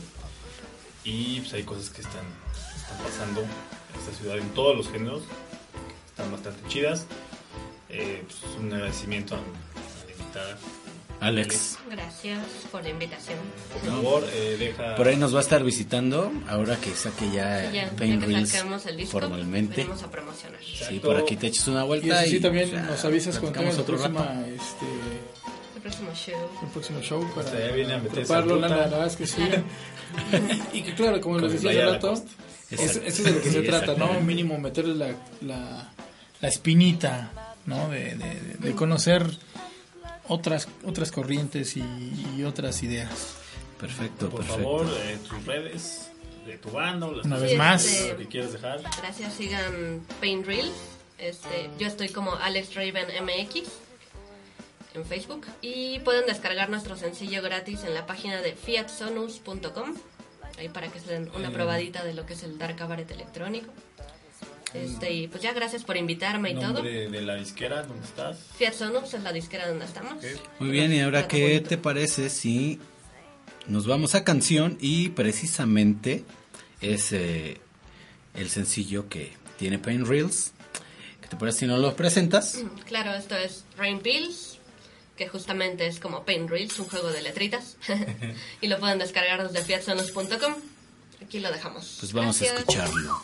[SPEAKER 9] y pues hay cosas que están, están pasando en esta ciudad en todos los géneros, están bastante chidas. Eh, pues, un agradecimiento a, a la invitada
[SPEAKER 5] Alex.
[SPEAKER 8] Gracias por la invitación.
[SPEAKER 9] Por favor, eh, deja...
[SPEAKER 5] Por ahí nos va a estar visitando ahora que saque ya,
[SPEAKER 8] Ya,
[SPEAKER 5] Pain
[SPEAKER 8] ya que
[SPEAKER 5] Reels
[SPEAKER 8] sacamos el disco,
[SPEAKER 5] formalmente.
[SPEAKER 8] venimos a promocionar.
[SPEAKER 5] Sí, por aquí te echas una
[SPEAKER 7] Y
[SPEAKER 5] vuelta
[SPEAKER 7] eso sí,
[SPEAKER 5] y
[SPEAKER 7] también
[SPEAKER 5] pues, ya,
[SPEAKER 7] nos avisas cuando tengas
[SPEAKER 5] platicamos
[SPEAKER 7] la
[SPEAKER 5] otro
[SPEAKER 7] próxima,
[SPEAKER 5] rato.
[SPEAKER 7] este,
[SPEAKER 8] El próximo show.
[SPEAKER 7] el próximo show para
[SPEAKER 9] Hasta ya viene a meterse
[SPEAKER 7] prepararlo,
[SPEAKER 9] al
[SPEAKER 7] la,
[SPEAKER 9] ruta.
[SPEAKER 7] la verdad es que sí. Y que claro, como
[SPEAKER 9] Con
[SPEAKER 7] les decía
[SPEAKER 9] Playa
[SPEAKER 7] hace
[SPEAKER 9] de la
[SPEAKER 7] rato,
[SPEAKER 9] Costa.
[SPEAKER 7] es,
[SPEAKER 5] Exacto.
[SPEAKER 7] eso es de lo que
[SPEAKER 5] Sí,
[SPEAKER 7] se trata, ¿no?
[SPEAKER 5] exactamente.
[SPEAKER 7] Mínimo meterle la, la, la espinita, ¿no? De, de, de conocer otras otras corrientes y, y otras ideas.
[SPEAKER 5] Perfecto,
[SPEAKER 9] Por
[SPEAKER 5] perfecto.
[SPEAKER 9] favor, eh, tus redes, de tu banda, o las
[SPEAKER 7] Una
[SPEAKER 9] cosas
[SPEAKER 7] vez
[SPEAKER 8] Sí,
[SPEAKER 7] más.
[SPEAKER 8] este,
[SPEAKER 9] lo que quieras dejar.
[SPEAKER 8] Gracias, sigan Pain Reels. Este, yo estoy como Alex Raven M X en Facebook y pueden descargar nuestro sencillo gratis en la página de fiat sonus punto com, ahí para que se den una probadita de lo que es el Dark Cabaret electrónico. Este, y pues ya gracias por invitarme y todo.
[SPEAKER 9] Nombre de la disquera, ¿dónde estás?
[SPEAKER 8] Fiat Sonus es la disquera donde estamos.
[SPEAKER 9] Ok.
[SPEAKER 5] Muy bien, y ahora
[SPEAKER 8] Está
[SPEAKER 5] qué
[SPEAKER 8] bonito.
[SPEAKER 5] te parece si nos vamos a canción y precisamente es eh, el sencillo que tiene Pain Reels. ¿Qué te parece si nos lo presentas?
[SPEAKER 8] Claro, esto es Rain Pills, que justamente es como Pain Reels, un juego de letritas. Y lo pueden descargar desde fiat sonus punto com. Aquí lo dejamos.
[SPEAKER 5] Pues vamos a
[SPEAKER 8] Gracias.
[SPEAKER 5] escucharlo.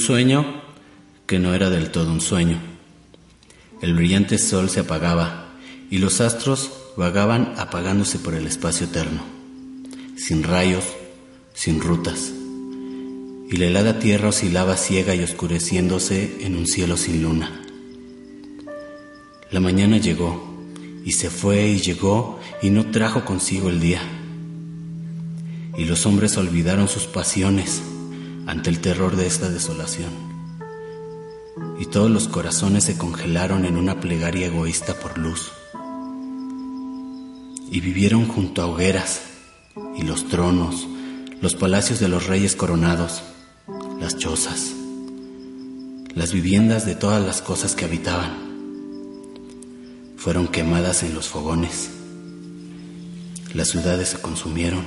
[SPEAKER 5] sueño que no era del todo un sueño. El brillante sol se apagaba y los astros vagaban apagándose por el espacio eterno, sin rayos, sin rutas, y la helada tierra oscilaba ciega y oscureciéndose en un cielo sin luna. La mañana llegó, y se fue y llegó, y no trajo consigo el día. Y los hombres olvidaron sus pasiones ante el terror de esta desolación. Y todos los corazones se congelaron en una plegaria egoísta por luz. Y vivieron junto a hogueras, y los tronos, los palacios de los reyes coronados, las chozas, las viviendas de todas las cosas que habitaban, fueron quemadas en los fogones. Las ciudades se consumieron,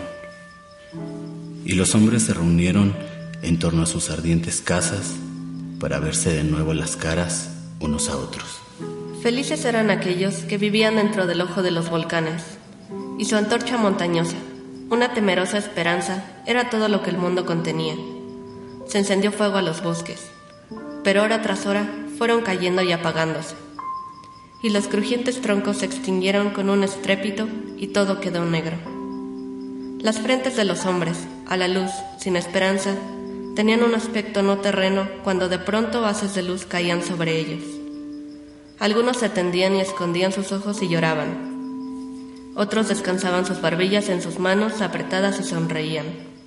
[SPEAKER 5] y los hombres se reunieron en torno a sus ardientes casas para verse de nuevo las caras unos a otros.
[SPEAKER 8] Felices eran aquellos que vivían dentro del ojo de los volcanes, y su antorcha montañosa, una temerosa esperanza, era todo lo que el mundo contenía. Se encendió fuego a los bosques, pero hora tras hora fueron cayendo y apagándose, y los crujientes troncos se extinguieron con un estrépito y todo quedó negro. Las frentes de los hombres, a la luz, sin esperanza, tenían un aspecto no terreno cuando de pronto haces de luz caían sobre ellos. Algunos se tendían y escondían sus ojos y lloraban. Otros descansaban sus barbillas en sus manos apretadas y sonreían.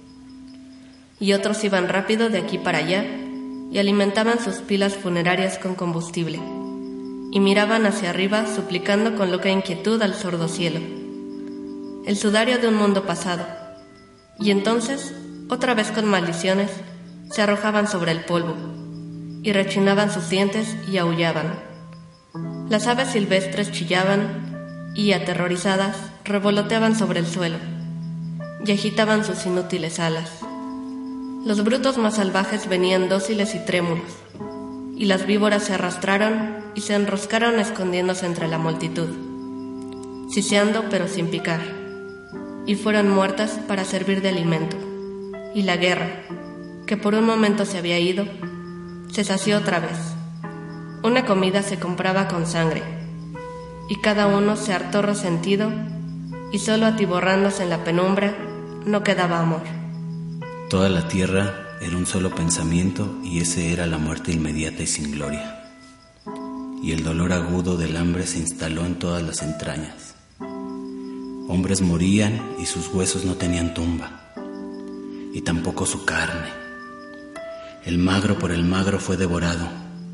[SPEAKER 8] Y otros iban rápido de aquí para allá y alimentaban sus pilas funerarias con combustible, y miraban hacia arriba suplicando con loca inquietud al sordo cielo, el sudario de un mundo pasado. Y entonces, otra vez con maldiciones, se arrojaban sobre el polvo, y rechinaban sus dientes y aullaban. Las aves silvestres chillaban, y aterrorizadas, revoloteaban sobre el suelo, y agitaban sus inútiles alas. Los brutos más salvajes venían dóciles y trémulos, y las víboras se arrastraron y se enroscaron escondiéndose entre la multitud, siseando pero sin picar, y fueron muertas para servir de alimento. Y la guerra, que por un momento se había ido, se sació otra vez. Una comida se compraba con sangre, y cada uno se hartó resentido, y solo atiborrándose en la penumbra no quedaba amor.
[SPEAKER 5] Toda la tierra era un solo pensamiento, y ese era la muerte inmediata y sin gloria. Y el dolor agudo del hambre se instaló en todas las entrañas. Hombres morían y sus huesos no tenían tumba, y tampoco su carne. El magro por el magro fue devorado,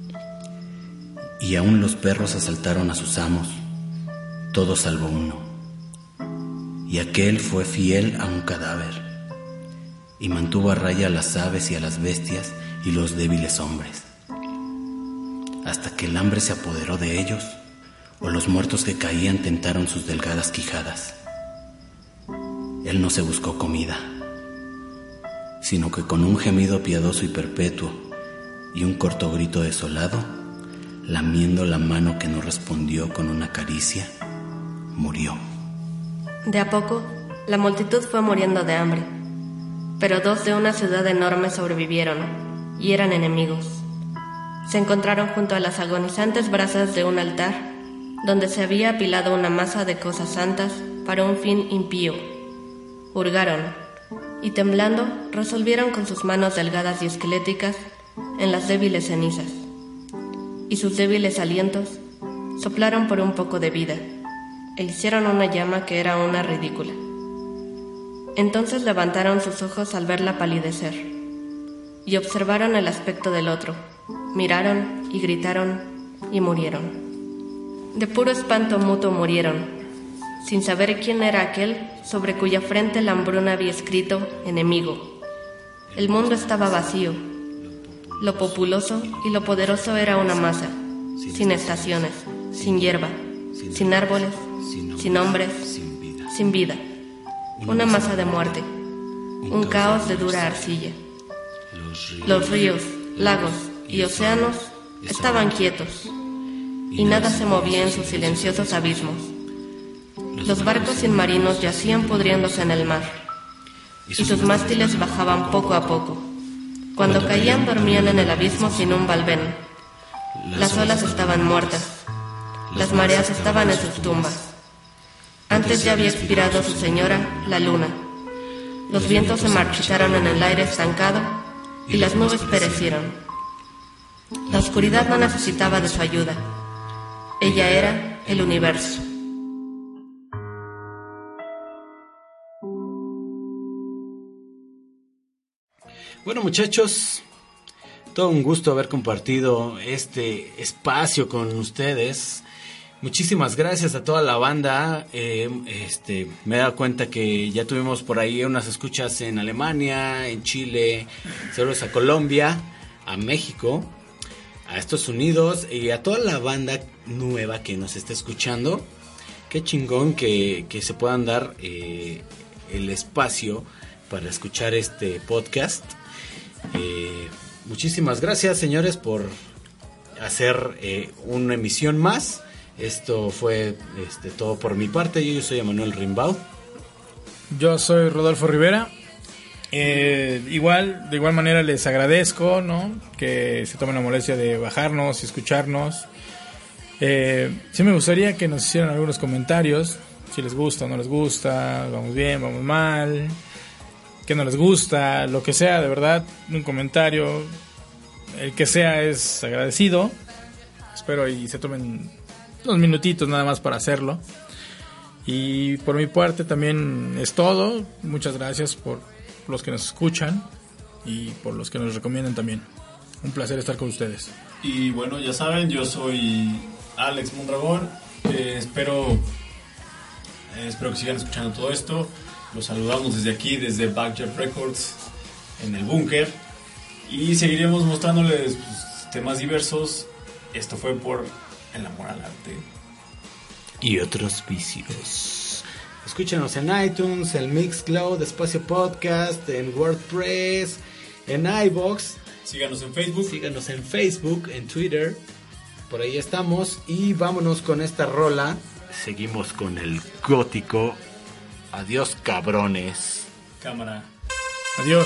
[SPEAKER 5] y aún los perros asaltaron a sus amos, todos salvo uno. Y aquel fue fiel a un cadáver, y mantuvo a raya a las aves y a las bestias y los débiles hombres, hasta que el hambre se apoderó de ellos, o los muertos que caían tentaron sus delgadas quijadas. Él no se buscó comida, sino que con un gemido piadoso y perpetuo y un corto grito desolado, lamiendo la mano que no respondió con una caricia, murió.
[SPEAKER 8] De a poco, la multitud fue muriendo de hambre, pero dos de una ciudad enorme sobrevivieron, y eran enemigos. Se encontraron junto a las agonizantes brasas de un altar, donde se había apilado una masa de cosas santas para un fin impío. Hurgaron, y temblando, resolvieron con sus manos delgadas y esqueléticas en las débiles cenizas, y sus débiles alientos soplaron por un poco de vida, e hicieron una llama que era una ridícula. Entonces levantaron sus ojos al verla palidecer, y observaron el aspecto del otro, miraron y gritaron y murieron. De puro espanto mutuo murieron, sin saber quién era aquel sobre cuya frente la hambruna había escrito enemigo. El mundo estaba vacío. Lo populoso y lo poderoso era una masa, sin estaciones, sin hierba, sin árboles, sin hombres, sin vida. Una masa de muerte, un caos de dura arcilla. Los ríos, lagos y océanos estaban quietos, y nada se movía en sus silenciosos abismos. Los barcos submarinos yacían pudriéndose en el mar, y sus mástiles bajaban poco a poco, Cuando caían dormían en el abismo sin un vaivén. Las olas estaban muertas. Las mareas estaban en sus tumbas. Antes ya había expirado su señora, la luna. Los vientos se marchitaron en el aire estancado y las nubes perecieron. La oscuridad no necesitaba de su ayuda. Ella era el universo.
[SPEAKER 5] Bueno, muchachos, todo un gusto haber compartido este espacio con ustedes. Muchísimas gracias a toda la banda. Eh, este, me he dado cuenta que ya tuvimos por ahí unas escuchas en Alemania, en Chile, saludos a Colombia, a México, a Estados Unidos y a toda la banda nueva que nos está escuchando. Qué chingón que, que se puedan dar eh, el espacio para escuchar este podcast. Eh, muchísimas gracias, señores, por hacer eh, una emisión más. Esto fue este, todo por mi parte. Yo, yo soy Emanuel Rimbaud.
[SPEAKER 7] Yo soy Rodolfo Rivera. Eh, igual, de igual manera les agradezco, ¿no?, que se tomen la molestia de bajarnos y escucharnos. Eh, sí me gustaría que nos hicieran algunos comentarios, si les gusta o no les gusta, vamos bien, vamos mal, que no les gusta, lo que sea, de verdad, un comentario, el que sea es agradecido. Espero y se tomen unos minutitos nada más para hacerlo. Y por mi parte también es todo. Muchas gracias por los que nos escuchan y por los que nos recomiendan también. Un placer estar con ustedes.
[SPEAKER 9] Y bueno, ya saben, yo soy Alex Mondragón. Eh, espero, eh, espero que sigan escuchando todo esto. Los saludamos desde aquí, desde Backyard Records, en el búnker. Y seguiremos mostrándoles pues, temas diversos. Esto fue por El Amor al Arte
[SPEAKER 5] y otros vicios. Escúchenos en iTunes, en Mixcloud, Espacio Podcast, en WordPress, en iVoox.
[SPEAKER 9] Síganos en Facebook.
[SPEAKER 5] Síganos en Facebook, en Twitter. Por ahí estamos. Y vámonos con esta rola. Seguimos con el gótico. Adiós, cabrones.
[SPEAKER 9] Cámara.
[SPEAKER 7] Adiós.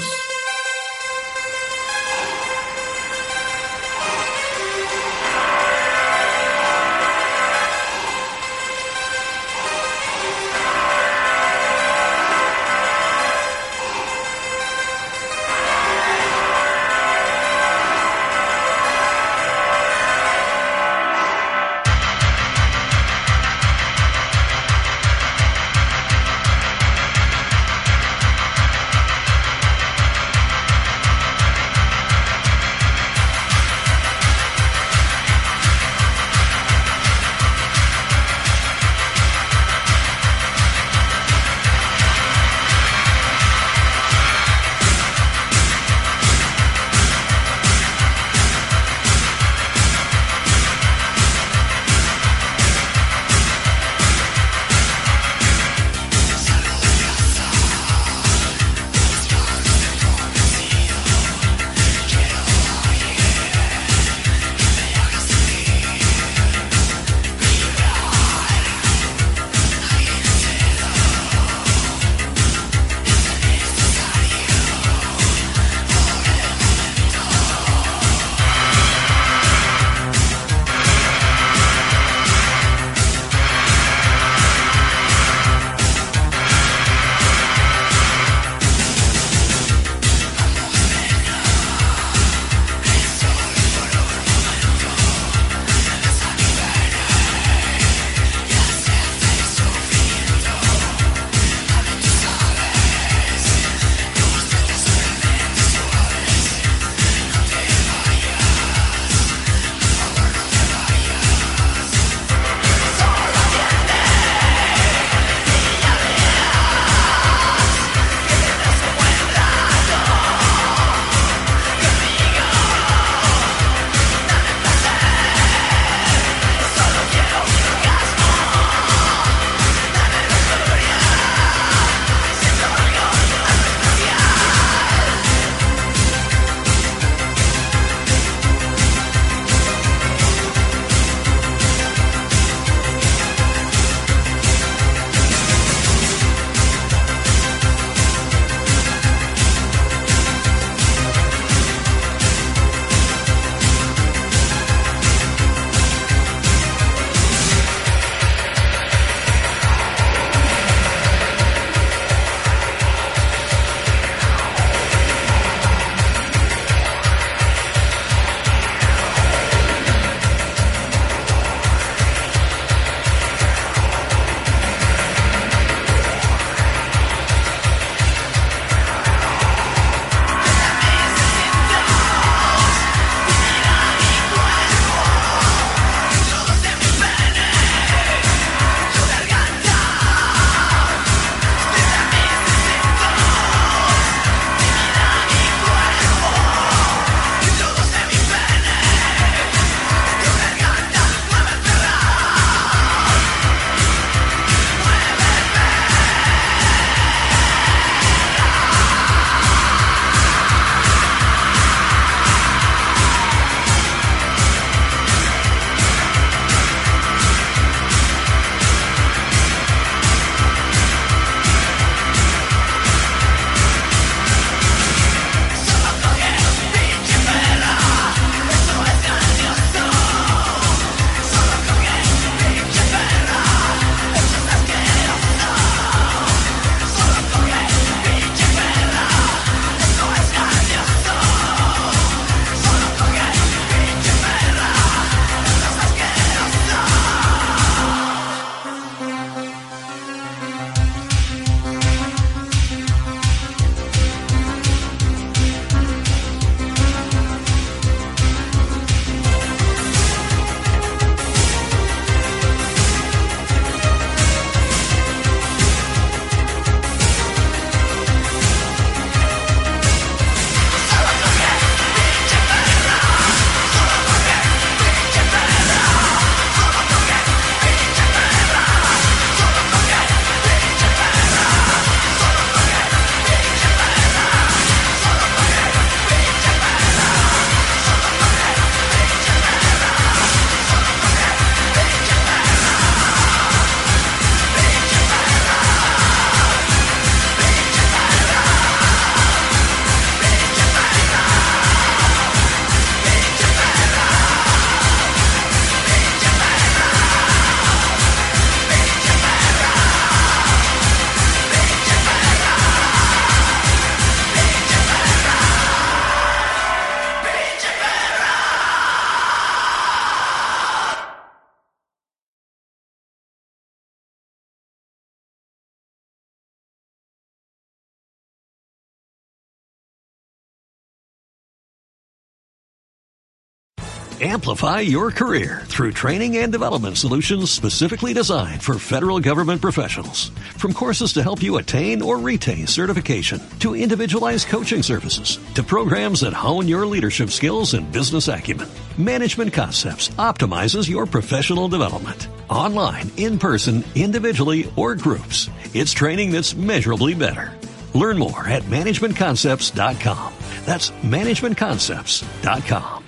[SPEAKER 1] Amplify your career through training and development solutions specifically designed for federal government professionals. From courses to help you attain or retain certification, to individualized coaching services, to programs that hone your leadership skills and business acumen, Management Concepts optimizes your professional development. Online, in person, individually, or groups, it's training that's measurably better. Learn more at management concepts dot com. That's management concepts dot com.